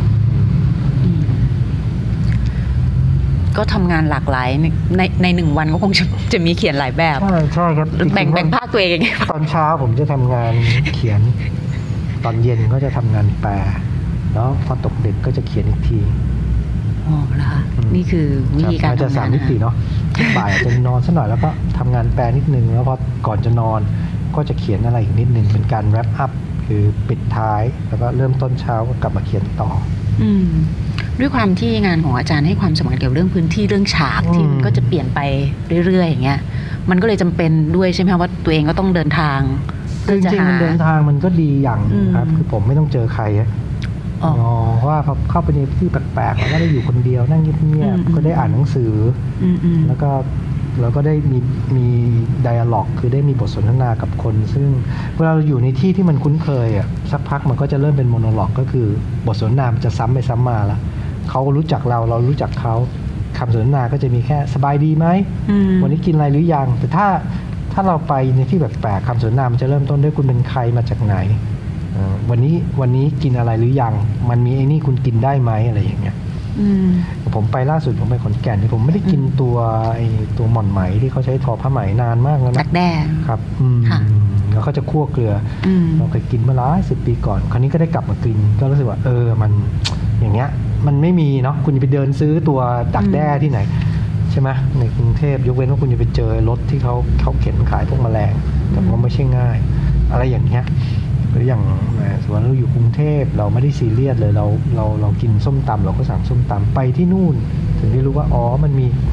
[SPEAKER 2] ก็ทำงานหลากหลายในในหนึ่งวันก็คงจะจะมีเขียนหลายแบบ
[SPEAKER 6] ใช่ใช่ครับ
[SPEAKER 2] แบ่งแบ่งภาคตัวเอง
[SPEAKER 6] ตอนเช้าผมจะทำงานเขียนตอนเย็นก็จะทำงานแปลแล้วพอตกดึกก็จะเขียนอีกที
[SPEAKER 2] อ๋อเหรอคะนี่คือวิธีการทำงาน
[SPEAKER 6] จะสามมิติเนาะบ่ายจะนอนสักหน่อยแล้วก็ทำงานแปลนิดนึงแล้วพอก่อนจะนอนก็จะเขียนอะไรอีกนิดนึงเป็นการแรปอัพคือปิดท้ายแล้วก็เริ่มต้นเช้าก็กลับมาเขียนต่อ
[SPEAKER 2] อืมด้วยความที่งานของอาจารย์ให้ความสำคัญเกี่ยวกับเรื่องพื้นที่เรื่องฉากที่มันก็จะเปลี่ยนไปเรื่อยๆอย่างเงี้ยมันก็เลยจำเป็นด้วยใช่ไหมว่าตัวเองก็ต้องเดินทาง
[SPEAKER 6] จริงๆมันเดินทางมันก็ดีอย่างครับคือผมไม่ต้องเจอใครอ๋อเพราะว่าเขาเข้าไปในที่แปลกๆแล้วก็ได้อยู่คนเดียวนั่งเงียบๆก็ได้อ่านหนังสือแล้วก็แล้วก็ได้มีมีไดอะล็อกคือได้มีบทสนทนากับคนซึ่งเวลาเราอยู่ในที่ที่มันคุ้นเคยอ่ะสักพักมันก็จะเริ่มเป็นโมโนล็อกก็คือบทสนทนามันจะซ้ำไปซ้ำมาละเขารู้จักเราเรารู้จักเขาคำสนทนาก็จะมีแค่สบายดีไหมวันนี้กินอะไรหรือยังแต่ถ้าถ้าเราไปในที่แปลกๆคำสนทนามันจะเริ่มต้นด้วยคุณเป็นใครมาจากไหนวันนี้วันนี้กินอะไรหรือยังมันมีไอ้นี่คุณกินได้ไหมอะไรอย่างเงี้ยผมไปล่าสุดผมไปขอนแก่นผมไม่ได้กินตัวไอ้ตัวหม่อนไหมที่เขาใช้ทอผ้าไหมนานมากแล้วนะ
[SPEAKER 2] ดักแด้
[SPEAKER 6] ครับแล้วเขาจะคั่วเกลือเราเคยกินเมื่อหลายสิบปีก่อนคราวนี้ก็ได้กลับมากินก็รู้สึกว่าเออมันอย่างเงี้ยมันไม่มีเนาะคุณจะไปเดินซื้อตัวดักแด้ที่ไหนใช่ไหมในกรุงเทพยกเว้นว่าคุณจะไปเจอรถที่เขาเขาเข็นขายพวกแมลงแต่ว่าไม่ใช่ง่ายอะไรอย่างเงี้ยหรืออย่างสมมติเราอยู่กรุงเทพเราไม่ได้ซีเรียสเลยเราเราเรากินส้มตำเราก็สั่งส้มตำไปที่นู่นถึงได้รู้ว่าอ๋อมันมี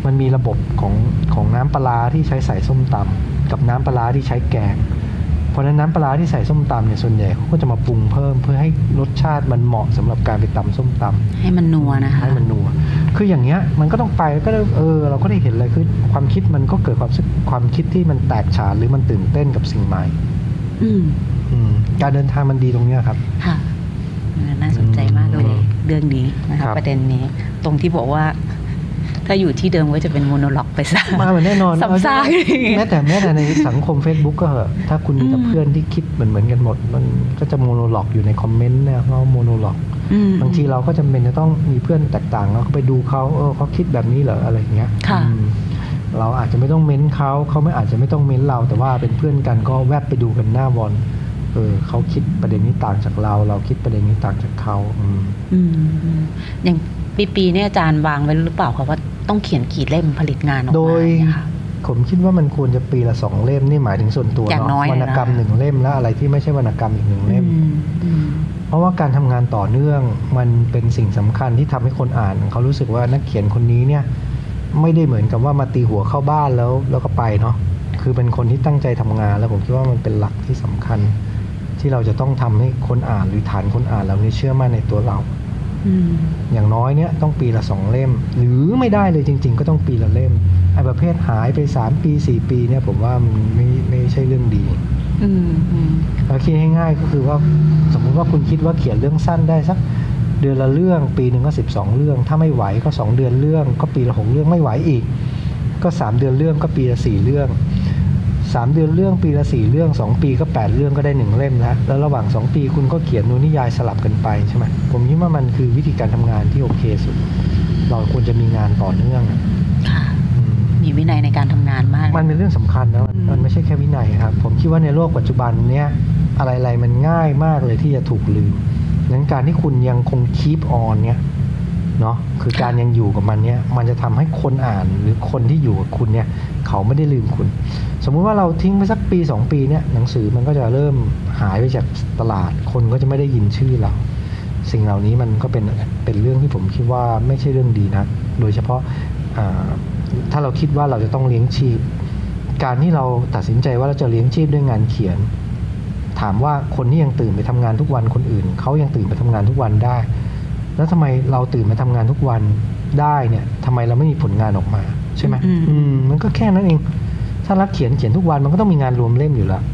[SPEAKER 6] มันมีระบบของของน้ำปลาร้าที่ใช้ใส่ส้มตำกับน้ำปลาร้าที่ใช้แกงเพราะฉะนั้นน้ำปลาร้าที่ใส่ส้มตำเนี่ยส่วนใหญ่เขาก็จะมาปรุงเพิ่มเพื่อให้รสชาติมันเหมาะสำหรับการไปตำส้มตำ
[SPEAKER 2] ให้มันนัวนะคะ
[SPEAKER 6] ให้มันนัวคืออย่างเงี้ยมันก็ต้องไปก็เออเราก็ได้เห็นอะไรคือความคิดมันก็เกิดความความคิดที่มันแตกฉานหรือมันตื่นเต้นกับสิ่งใหม่
[SPEAKER 2] อืม
[SPEAKER 6] อืมการเดินทางมันดีตรงเนี้ยครับ
[SPEAKER 2] ค่ะน่าสนใจมากเลยเรื่องนี้นะคะประเด็นนี้ตรงที่บอกว่าถ้าอยู่ที่เดิมก็จะเป็นโมโนล็อกไปซะ
[SPEAKER 6] มาเหมือนแน่นอน
[SPEAKER 2] ซ้ำซาก
[SPEAKER 6] แม้แต่แม้แต่ในสังคม Facebook ก็เหอะถ้าคุณมีแต่เพื่อนที่คิดเหมือนเหมือนกันหมดมันก็จะโมโนล็อกอยู่ในคอมเมนต์เนี่ยเพราะโมโนล็อกบางทีเราก็จำเป็นจะต้องมีเพื่อนแตกต่างแล้วก็ไปดูเขาเออเขาคิดแบบนี้เหรออะไรอย่างเงี้ยเราอาจจะไม่ต้องเม้นเขาเขาไม่อาจจะไม่ต้องเม้นเราแต่ว่าเป็นเพื่อนกันก็แวบไปดูกันหน้าวอลเออเขาคิดประเด็นนี้ต่างจากเราเราคิดประเด็นนี้ต่างจากเขาอืม
[SPEAKER 2] อืมอย่างปีๆเนี่ยอาจารย์วางไว้หรือเปล่าคะว่าต้องเขียนกี่เล่มผลิตงานออกมา
[SPEAKER 6] โดยผมคิดว่ามันควรจะปีละสองเล่มนี่หมายถึงส่วนตัวเนาะวรรณกรรมหนึ่งเล่มแล้วอะไรที่ไม่ใช่วรรณกรรมอีกหนึ่งเล่มเพราะว่าการทำงานต่อเนื่องมันเป็นสิ่งสำคัญที่ทำให้คนอ่านเขารู้สึกว่านักเขียนคนนี้เนี่ยไม่ได้เหมือนกับว่ามาตีหัวเข้าบ้านแล้วแล้วก็ไปเนาะคือเป็นคนที่ตั้งใจทำงานแล้วผมคิดว่ามันเป็นหลักที่สำคัญที่เราจะต้องทำให้คนอ่านหรือฐานคนอ่านเราเนี่ยเชื่อมั่นในตัวเราอย่างน้อยเนี่ยต้องปีละสองเล่มหรือไม่ได้เลยจริงๆก็ต้องปีละเล่มไอ้ประเภทหายไปสามปีสี่ปีเนี่ยผมว่ามันไม่ไม่ใช่เรื่องดีเราคิดง่ายๆก็คือว่าสมมุติว่าคุณคิดว่าเขียนเรื่องสั้นได้สักเดือนละเรื่องปีนึงก็สิบสองเรื่องถ้าไม่ไหวก็สองเดือนเรื่องก็ปีละหกเรื่องไม่ไหวอีกก็สามเดือนเรื่องก็ปีละสี่เรื่องสามเดือนเรื่องปีละสี่เรื่องสองปีก็แปดเรื่องก็ได้หนึ่งเล่มแล้วแล้วระหว่างสองปีคุณก็เขียนนิยายสลับกันไปใช่ไหมผมคิดว่ามันคือวิธีการทำงานที่โอเคสุดเราควรจะมีงานต่อเนื่อง
[SPEAKER 2] ค่ะมีวินัยในการทำงานมาก
[SPEAKER 6] มันเป็นเรื่องสำคัญนะมันไม่ใช่แค่วินัยครับผมคิดว่าในโลกปัจจุบันเนี้ยอะไรๆมันง่ายมากเลยที่จะถูกลืมงั้นการที่คุณยังคง keep on เนี้ยเนาะคือการยังอยู่กับมันเนี้ยมันจะทำให้คนอ่านหรือคนที่อยู่กับคุณเนี่ยเขาไม่ได้ลืมคุณสมมุติว่าเราทิ้งไปสักปีสองปีเนี่ยหนังสือมันก็จะเริ่มหายไปจากตลาดคนก็จะไม่ได้ยินชื่อเราสิ่งเหล่านี้มันก็เป็นเป็นเรื่องที่ผมคิดว่าไม่ใช่เรื่องดีนะโดยเฉพาะถ้าเราคิดว่าเราจะต้องเลี้ยงชีพการที่เราตัดสินใจว่าเราจะเลี้ยงชีพด้วยงานเขียนถามว่าคนที่ยังตื่นไปทำงานทุกวันคนอื่นเขายังตื่นไปทำงานทุกวันได้แล้วทำไมเราตื่นมาทำงานทุกวันได้เนี่ยทำไมเราไม่มีผลงานออกมาใช่ไหมอืมมันก็แค่นั้นเองถ้ารักเขียนเขียนทุกวันมันก็ต้องมีงานรวมเล่มอยู่แล้ว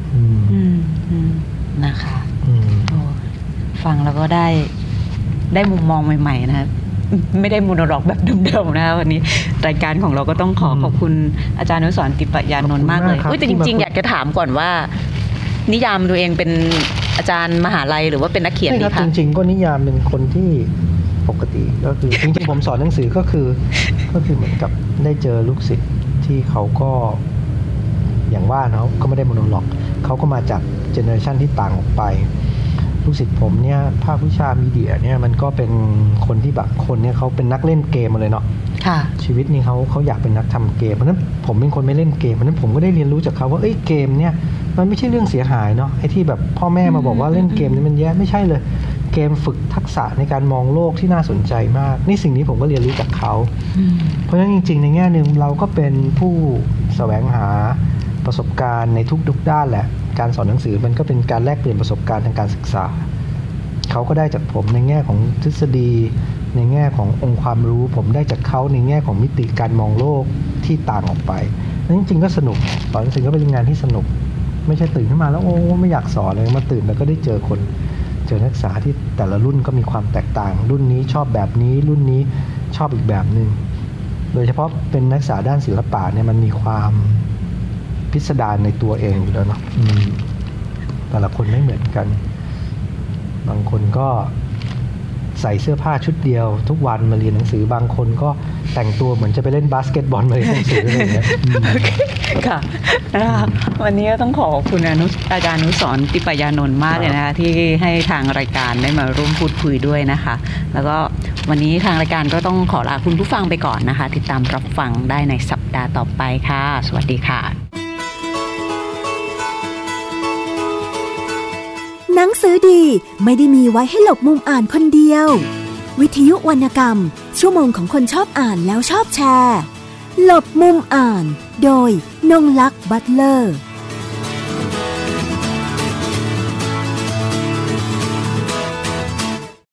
[SPEAKER 2] นะคะฟังแล้วก็ได้ได้มุมมองใหม่ๆนะไม่ได้โมโนล็อกแบบเดิมๆนะวันนี้รายการของเราก็ต้องขอขอบคุณอาจารย์อนุสรณ์ ติปยานนท์มากเลยแต่จริงๆอยากจะถามก่อนว่านิยามตัวเองเป็นอาจารย์มหาลัยหรือว่าเป็นนักเขียนดีคะ
[SPEAKER 6] จริงๆก็นิยามเป็นคนที่ปกติก็คือจริงๆผมสอนหนังสือก็คือก็คือเหมือนกับได้เจอลูกศิษย์ที่เขาก็อย่างว่าเนาะก็ไม่ได้โมโนล็อกเขาก็มาจากเจเนอเรชันที่ต่างออกไปลูกศิษย์ผมเนี่ยภาควิชามีเดียเนี่ยมันก็เป็นคนที่แบบคนเนี่ยเขาเป็นนักเล่นเกมมาเลยเนาะชีวิตนี้เขาเขาอยากเป็นนักทำเกมเพราะนั้นผมเป็นคนไม่เล่นเกมเพราะนั้นผมก็ได้เรียนรู้จากเขาว่าเอ้ยเกมเนี่ยมันไม่ใช่เรื่องเสียหายเนาะไอ้ที่แบบพ่อแม่มาบอกว่าเล่นเกมนี่มันแย่ไม่ใช่เลยเกมฝึกทักษะในการมองโลกที่น่าสนใจมากนี่สิ่งนี้ผมก็เรียนรู้จากเขาเพราะฉะนั้นจริงๆในแง่นึงเราก็เป็นผู้แสวงหาประสบการณ์ในทุกๆด้านแหละการสอนหนังสือมันก็เป็นการแลกเปลี่ยนประสบการณ์ทางการศึกษาเขาก็ได้จากผมในแง่ของทฤษฎีในแง่ขององค์ความรู้ผมได้จากเขาในแง่ของมิติการมองโลกที่ต่างออกไปนั่นจริงๆก็สนุกสอนหนังสือก็เป็นงานที่สนุกไม่ใช่ตื่นขึ้นมาแล้วโอ้ไม่อยากสอนเลยมาตื่นแล้วก็ได้เจอคนเจอนักศึกษาที่แต่ละรุ่นก็มีความแตกต่างรุ่นนี้ชอบแบบนี้รุ่นนี้ชอบอีกแบบนึงโดยเฉพาะเป็นนักศึกษาด้านศิลปะเนี่ยมันมีความพิสดารในตัวเองอยู่แล้วเนาะแต่ละคนไม่เหมือนกันบางคนก็ใส่เสื้อผ้าชุดเดียวทุกวันมาเรียนหนังสือบางคนก็แต่งตัวเหมือนจะไปเล่นบาสเกตบอลมาเรียนหนังสืออะไรอย่างเงี้ย
[SPEAKER 2] ค่ะนะคะวันนี้ก็ต้องขอขอบคุณอาจารย์อนุสรณ์ ติปยานนท์มากเลยนะคะที่ให้ทางรายการได้มาร่วมพูดคุยด้วยนะคะแล้วก็วันนี้ทางรายการก็ต้องขอลาคุณผู้ฟังไปก่อนนะคะติดตามรับฟังได้ในสัปดาห์ต่อไปค่ะสวัสดีค่ะ
[SPEAKER 1] หนังสือดีไม่ได้มีไว้ให้หลบมุมอ่านคนเดียววิทยุวรรณกรรมชั่วโมงของคนชอบอ่านแล้วชอบแชร์หลบมุมอ่านโดยนงลักษ์บัตเลอร์